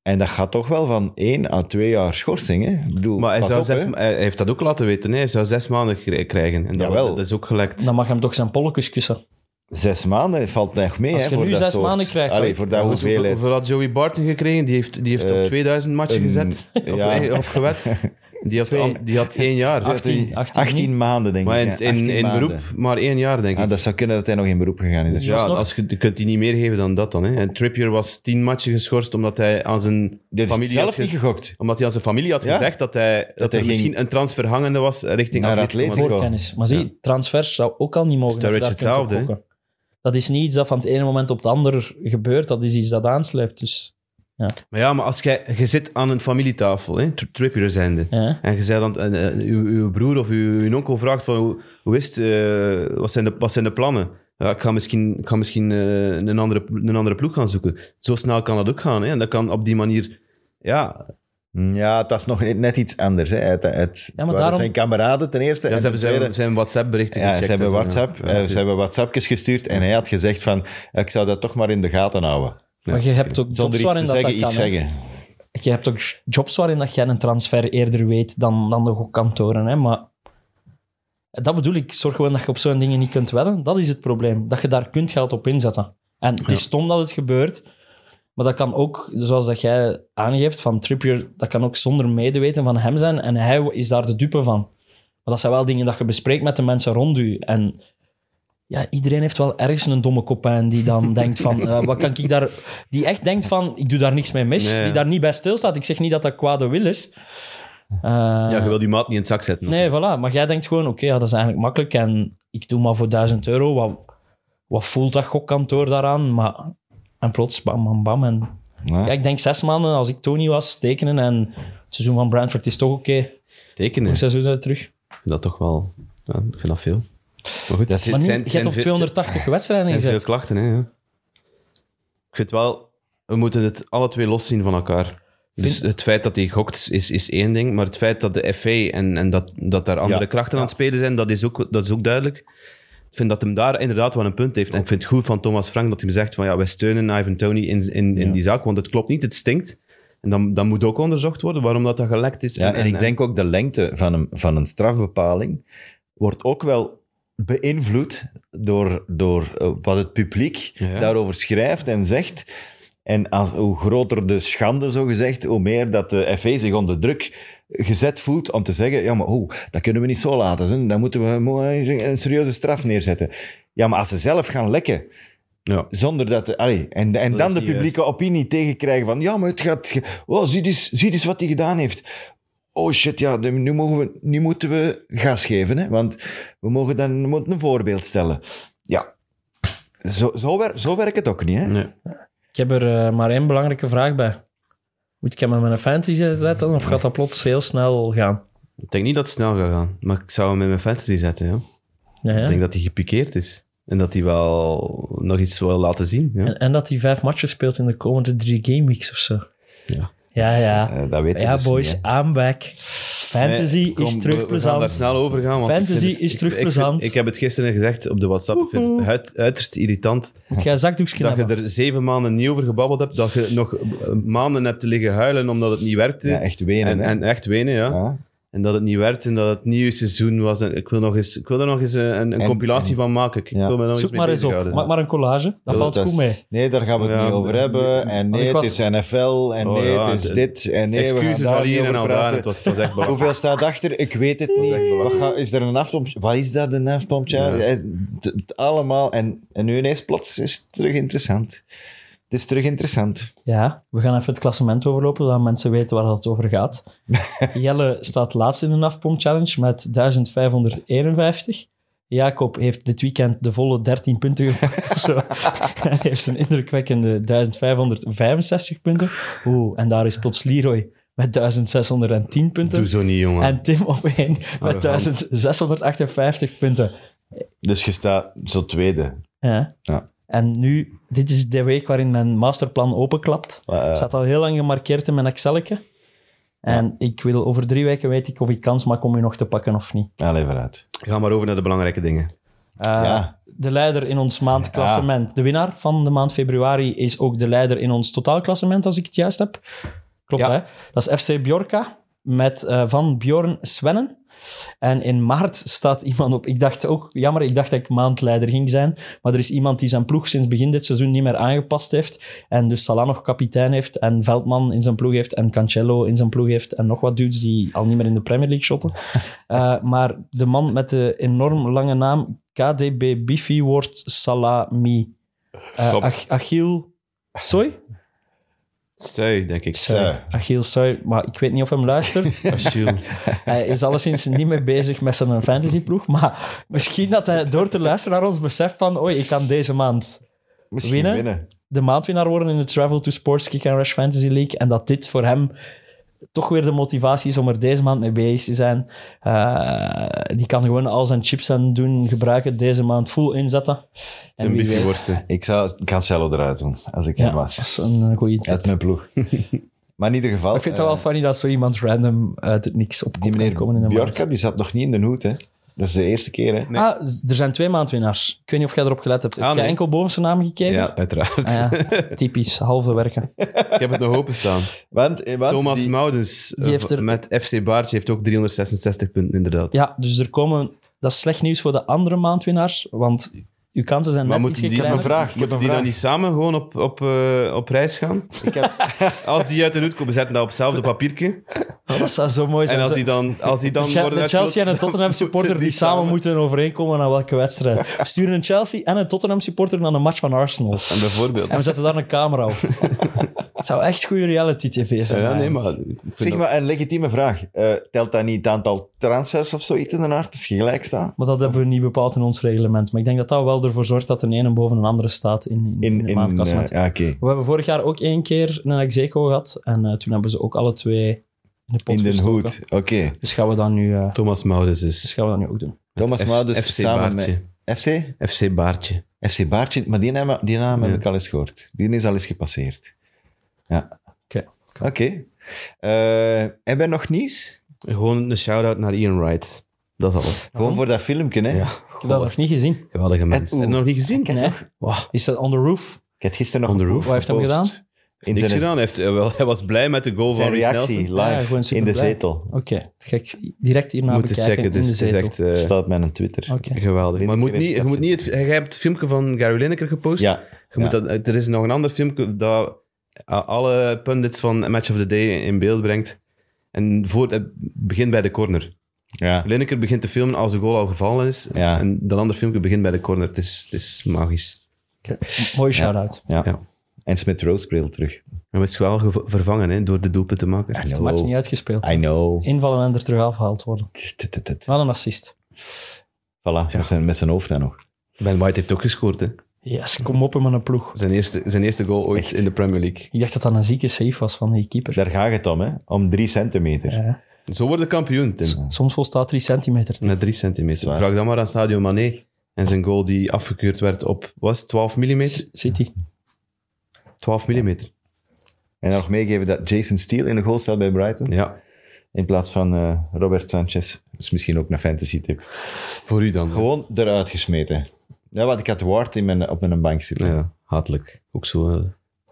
En dat gaat toch wel van één à twee jaar schorsing. Hè? Ik bedoel, Maar hij, pas zou op, zes, hè. hij heeft dat ook laten weten. Hè? Hij zou zes maanden kri- krijgen. En dat, Jawel. dat is ook gelekt. Dan mag hem toch zijn polletjes kussen. Zes maanden valt nog mee. Als hè, je voor nu dat zes soort... maanden krijgt, Allee, zou- voor dat Ja, hoeveel, hoeveelheid. hoeveel had Joey Barton gekregen? Die heeft, die heeft Eh, op tweeduizend matchen een- gezet. Of, ja. eh, of gewet. Die had, Twee. al- die had één jaar. achttien, achttien, achttien maanden, denk Maar ik. in, ja. in, achttien in maanden. beroep maar één jaar, denk ik. Ah, dat zou kunnen dat hij nog in beroep gegaan is. Dus ja, alsnog- als je, je kunt die niet meer geven dan dat dan. Hè. En Trippier was tien matchen geschorst omdat hij aan zijn Die heeft familie zelf had, ge- niet gegokt. omdat hij aan zijn familie had Ja? gezegd dat, hij, dat, hij er ging- misschien een transfer hangende was richting Naar Atletico Atletico. Madrid. Voorkennis. Maar zie, transfers zou ook al niet mogen. Sturridge dat je daar kunt op hetzelfde, gokken. Dat is niet iets dat van het ene moment op het andere gebeurt. Dat is iets dat aansluipt. Dus, Maar ja, maar als jij, je zit aan een familietafel, hè, Tri- Trippier zijnde, ja. en je zei dan, en, eh, uw, uw broer of uw, uw onkel vraagt van, hoe, hoe is het, eh, wat, zijn de, wat zijn de plannen? Ja, ik ga misschien, ik ga misschien eh, een, andere, een andere ploeg gaan zoeken. Zo snel kan dat ook gaan. Hè? En dat kan op die manier... Ja, Ja, het was nog net- net iets anders. Hè. Het, het, het maar waren daarom- zijn kameraden ten eerste. ja en ze ten hebben tweede- zijn, zijn WhatsApp-berichten Ja, gecheckt. ze hebben en zo, WhatsApp, ja. eh, Ja, ze hebben WhatsAppjes gestuurd en hij had gezegd van, ik zou dat toch maar in de gaten houden. Maar je hebt ook Zonder jobs iets waarin te dat, zeggen, dat iets kan. hè. zeggen. Je hebt ook jobs waarin dat jij een transfer eerder weet dan, dan de gokkantoren. Hè? Maar dat bedoel ik. Zorg gewoon dat je op zo'n dingen niet kunt wedden. Dat is het probleem. Dat je daar kunt geld op inzetten. En het is stom dat het gebeurt. Maar dat kan ook, zoals dat jij aangeeft, van Trippier, dat kan ook zonder medeweten van hem zijn. En hij is daar de dupe van. Maar dat zijn wel dingen dat je bespreekt met de mensen rond u. En ja, iedereen heeft wel ergens een domme kopijn die dan denkt van, uh, wat kan ik daar... Die echt denkt van, ik doe daar niks mee mis. Nee. Die daar niet bij stilstaat. Ik zeg niet dat dat kwade wil is. Uh, Ja, je wil die maat niet in het zak zetten. Nee, voilà. Maar jij denkt gewoon, oké, ja, dat is eigenlijk makkelijk. En ik doe maar voor duizend euro. Wat, wat voelt dat gokkantoor daaraan? Maar, en plots, bam, bam, bam. En, Ja. ja, ik denk zes maanden, als ik Tony was, tekenen. En het seizoen van Brentford is toch oké. Tekenen, Hoe seizoen zijn we terug? ik vind dat toch wel... Ja, ik vind dat veel. Maar goed, Dat het is- Maar nu, zijn- je hebt zijn op veel- tweehonderdtachtig wedstrijden Het zijn veel gezet. klachten, hè. Ja. Ik vind wel... We moeten het alle twee loszien van elkaar. Dus het feit dat hij gokt is, is één ding, maar het feit dat de F A en, en dat, dat daar andere Ja. krachten aan het spelen zijn, dat is, ook, dat is ook duidelijk. Ik vind dat hem daar inderdaad wel een punt heeft. En ik vind het goed van Thomas Frank dat hij zegt van ja, wij steunen Ivan Toney in, in, in die zaak, want het klopt niet, het stinkt. En dan, dan moet ook onderzocht worden waarom dat, dat gelekt is. Ja, en ik denk ook de lengte van een, van een strafbepaling wordt ook wel beïnvloed door, door eh, wat het publiek Ja. daarover schrijft en zegt. En als, hoe groter de schande, zogezegd, hoe meer dat de F A zich onder druk gezet voelt om te zeggen, ja, maar oh, dat kunnen we niet zo laten. Hè? Dan moeten we mooi een serieuze straf neerzetten. Ja, maar als ze zelf gaan lekken, Ja. zonder dat... de- allee, en en Dat dan is de niet publieke opinie tegenkrijgen van, ja, maar het gaat... ge- Oh, zie eens, zie eens wat hij gedaan heeft. Oh shit, ja, de- nu, mogen we, nu moeten we gas geven, hè? Want we mogen dan we moeten een voorbeeld stellen. Ja, zo, zo, wer, zo werkt het ook niet, hè? Nee. Ik heb er uh, maar één belangrijke vraag bij. Moet ik hem met mijn fantasy zetten of gaat dat plots heel snel gaan? Ik denk niet dat het snel gaat gaan, maar ik zou hem in mijn fantasy zetten. Ja. Ja, ja. Ik denk dat hij gepikeerd is. En dat hij wel nog iets wil laten zien. Ja. En, en dat hij vijf matches speelt in de komende drie gameweeks of zo. Ja. Ja, ja. Eh, dat weet je Ja, dus boys, niet, hè. I'm back. Fantasy Nee, kom, is we- terug we, gaan plezant. daar snel over gaan. Want Fantasy ik vind het- is terug ik, ik vind- plezant. Ik, heb het gisteren gezegd op de WhatsApp. Ik vind het uit, uiterst irritant Moet jij een zakdoekje dat je hebben? er zeven maanden niet over gebabbeld hebt. Dat je nog eh, maanden hebt te liggen huilen omdat het niet werkte. Ja, echt wenen, en, hè. en echt wenen, ja. Ja. En dat het niet werkte en dat het nieuwe seizoen was. En ik wil, nog eens, ik wil er nog eens een, een En- compilatie en- van maken. Ik Ja. wil me nog Zoek eens mee maar eens op. bezighouden. Maak maar een collage. Dat Ja, valt Dat goed is- mee. Nee, daar gaan we het Ja, niet over nee. hebben. En Maar nee, ik het was- is N F L. En Oh, nee, ja, het is de- dit. En nee, we gaan Excuses daar al niet hier en over al daar. praten. Het was, het was echt belachelijk. Hoeveel staat achter? Ik weet het niet. echt belachelijk. Wat ga- is er een afpomp? Wat is dat, een afpompje? Ja. Het, het allemaal. En, en nu ineens plots is het terug interessant. Het is terug interessant. Ja, we gaan even het klassement overlopen, zodat mensen weten waar het over gaat. Jelle staat laatst in de N A F P O M Challenge met duizend vijfhonderdeenenvijftig. Jacob heeft dit weekend de volle dertien punten gemaakt of zo. Hij heeft een indrukwekkende duizend vijfhonderdvijfenzestig punten. Oeh, en daar is plots Leroy met duizend zeshonderdtien punten. Doe zo niet, jongen. En Tim op één met Arrogant. duizend zeshonderdachtenvijftig punten. Dus je staat zo tweede. Ja. Ja. En nu, dit is de week waarin mijn masterplan openklapt. Uh, Het staat al heel lang gemarkeerd in mijn Excelletje. En ik wil over drie weken weet ik of ik kans maak om u nog te pakken of niet. Allee, vooruit. Ga maar over naar de belangrijke dingen. Uh, Ja. De leider in ons maandklassement. De winnaar van de maand februari is ook de leider in ons totaalklassement, als ik het juist heb. Klopt, Ja. hè? Dat is F C Bjorka met uh, van Bjorn Svennen. En in maart staat iemand op... Ik dacht ook... Jammer, ik dacht dat ik maandleider ging zijn. Maar er is iemand die zijn ploeg sinds begin dit seizoen niet meer aangepast heeft. En dus Salah nog kapitein heeft. En Veldman in zijn ploeg heeft. En Cancelo in zijn ploeg heeft. En nog wat dudes die al niet meer in de Premier League shotten. uh, maar de man met de enorm lange naam... K D B Bifi wordt Salami. Uh, Ach- Achille... Soy? Sui, denk ik. Zo. Achille Soy. Maar ik weet niet of hem luistert. Achille. Hij is alleszins niet meer bezig met zijn fantasyploeg, maar misschien dat hij door te luisteren naar ons beseft van oei, ik kan deze maand Misschien winnen. winnen. de maandwinnaar worden in de Travel to Sports Kick and Rush Fantasy League en dat dit voor hem toch weer de motivatie is om er deze maand mee bezig te zijn. Uh, die kan gewoon al zijn chips aan doen, gebruiken, deze maand full inzetten. En Zijn wie biefje weet... worsten. Ik zou Cancelo eruit doen, als ik Ja, hem dat was. is een goede tip. Uit mijn ploeg. Maar in ieder geval... Ik vind het wel eh, funny dat zo iemand random uit het niks op die kan meneer komen in de Bjorka, maand. die zat nog niet in de hoed, hè. Dat is de eerste keer, hè. Nee. Ah, er zijn twee maandwinnaars. Ik weet niet of jij erop gelet hebt. Heb Ah, jij nee. enkel boven zijn naam gekeken? Ja, uiteraard. Ah, ja. Typisch, halve werken. Ik heb het nog openstaan. Want, eh, want Thomas die- Moudens die heeft eh, er- met F C Baartje heeft ook driehonderdzesenzestig punten, inderdaad. Ja, dus er komen... Dat is slecht nieuws voor de andere maandwinnaars, want uw kansen zijn Maar net moeten iets die- Ik heb een kleiner. vraag. Ik heb Moeten een die vraag. dan niet samen gewoon op, op, uh, op reis gaan? Ik heb... Als die uit de hoed komen, zetten dat op hetzelfde papiertje. Oh, dat zou zo mooi zijn. En als die dan, als die dan Een Che- worden een Chelsea en een uitgeloten, Tottenham supporter moeten die samen moeten overeenkomen aan welke wedstrijd. We sturen een Chelsea en een Tottenham supporter naar een match van Arsenal. En bijvoorbeeld. En we zetten daar een camera op. Het zou echt goede reality-tv zijn. Ja, nee, eigenlijk. maar... ik vind Zeg dat- maar, een legitieme vraag. Uh, telt dat niet het aantal transfers of zoiets in de aard als je gelijk staat? Maar dat hebben we niet bepaald in ons reglement. Maar ik denk dat dat wel ervoor zorgt dat de ene boven een andere staat in, in, in In, het in, maandklassement. uh, ja, oké. We hebben vorig jaar ook één keer een Execo gehad. En uh, toen hebben ze ook alle twee in de pot In de gestoken. hoed, oké. Dus gaan we dat nu, uh, Thomas Moudens dus dus. gaan we dat nu ook doen. Thomas F- Moudens F C samen Baartje. met... F C? F C Baartje. F C Baartje, maar die naam, die naam heb Ja. ik al eens gehoord. Die is al eens gepasseerd. Ja. Oké. Oké. Eh, hebben we nog nieuws? Gewoon een shout-out naar Ian Wright. Dat is alles. Gewoon voor dat filmpje, hè? Ja. Ik heb dat nog niet gezien. Geweldige mens. oeh. Heb je nog niet gezien? Nee. Wow. Is dat On The Roof? Ik heb gisteren nog On the een roof. Wat heeft hem gepost. gedaan? In Niks zijn, gedaan. Hij, heeft, eh, wel, hij was blij met de goal zijn van Reece reactie, Nelson. Ja, live, gewoon in de superblij. zetel. Oké, okay. Ga ik direct hierna Moet eens bekijken checken. in Dus de het is zetel. echt eh, Staat met een Twitter. Oké. geweldig. Weet Maar ik moet niet, niet, ik je had moet niet het, jij hebt het filmpje van Gary Lineker gepost. Ja. Je moet Ja. dat, er is nog een ander filmpje dat alle pundits van Match of the Day in beeld brengt. En voor, het begint bij de corner. Ja. Lineker begint te filmen als de goal al gevallen is. Ja. En dat andere filmpje begint bij de corner. Het is, het is magisch. Okay. Mooie shout-out. Ja. Ja. En Smith Rowe bril terug. En het is wel gev- vervangen hè, door de doelpunt te maken. I De match know. niet uitgespeeld. I know. Invallen en er terug afgehaald worden. Tut, tut, tut, tut. Wel een assist. Voilà, met, zijn, met zijn hoofd dan nog. Ben White heeft ook gescoord. Hè. Yes, kom op in mijn ploeg. Zijn, eerste, zijn eerste goal ooit Echt? in de Premier League. Ik dacht dat dat een zieke save was van die keeper. Daar gaat het om, hè? Om drie centimeter. Ja. Zo wordt de kampioen, Tim. Soms volstaat drie centimeter. Met drie centimeter. Zwaar. Vraag dan maar aan Sadio Mané. En zijn goal die afgekeurd werd op, was het twaalf millimeter? City. twaalf millimeter. En dan nog meegeven dat Jason Steele in de goal staat bij Brighton. Ja, In plaats van eh, Robert Sanchez. Dat is misschien ook een fantasy tip. voor u dan. Gewoon eruit gesmeten. Ja, want ik had Ward in mijn, op mijn bank zitten. Ja, hatelijk. Ook zo. eh,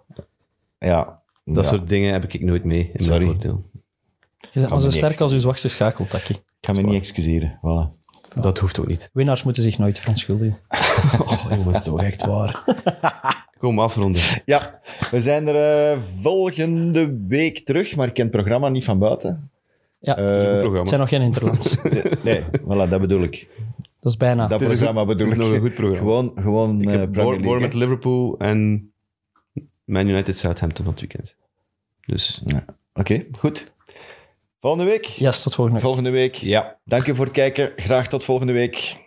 Ja. dat Ja. soort dingen heb ik nooit mee in Sorry. mijn voordeel. Je bent maar me zo niet sterk als uw zwakste schakel, Taki. Ik ga me niet excuseren. Voilà. Dat hoeft ook niet. Winnaars moeten zich nooit verontschuldigen. Oh, jongens, toch echt waar. Kom, afronden. Ja, we zijn er eh, volgende week terug, maar ik ken het programma niet van buiten. Ja, Eh, Goed het programma. zijn nog geen interlands. de- nee, voilà, dat bedoel ik. Dat is bijna. Dat is een programma bedoel het ik. is nog een goed programma. Gewoon, gewoon Ik eh, heb Premier Bour- League, Bournemouth, Liverpool en Man United Southampton van het weekend. Dus hè. Ja. Oké, goed. Volgende week. Yes, tot volgende week. Volgende week. ja. Dank u voor het kijken. Graag tot volgende week.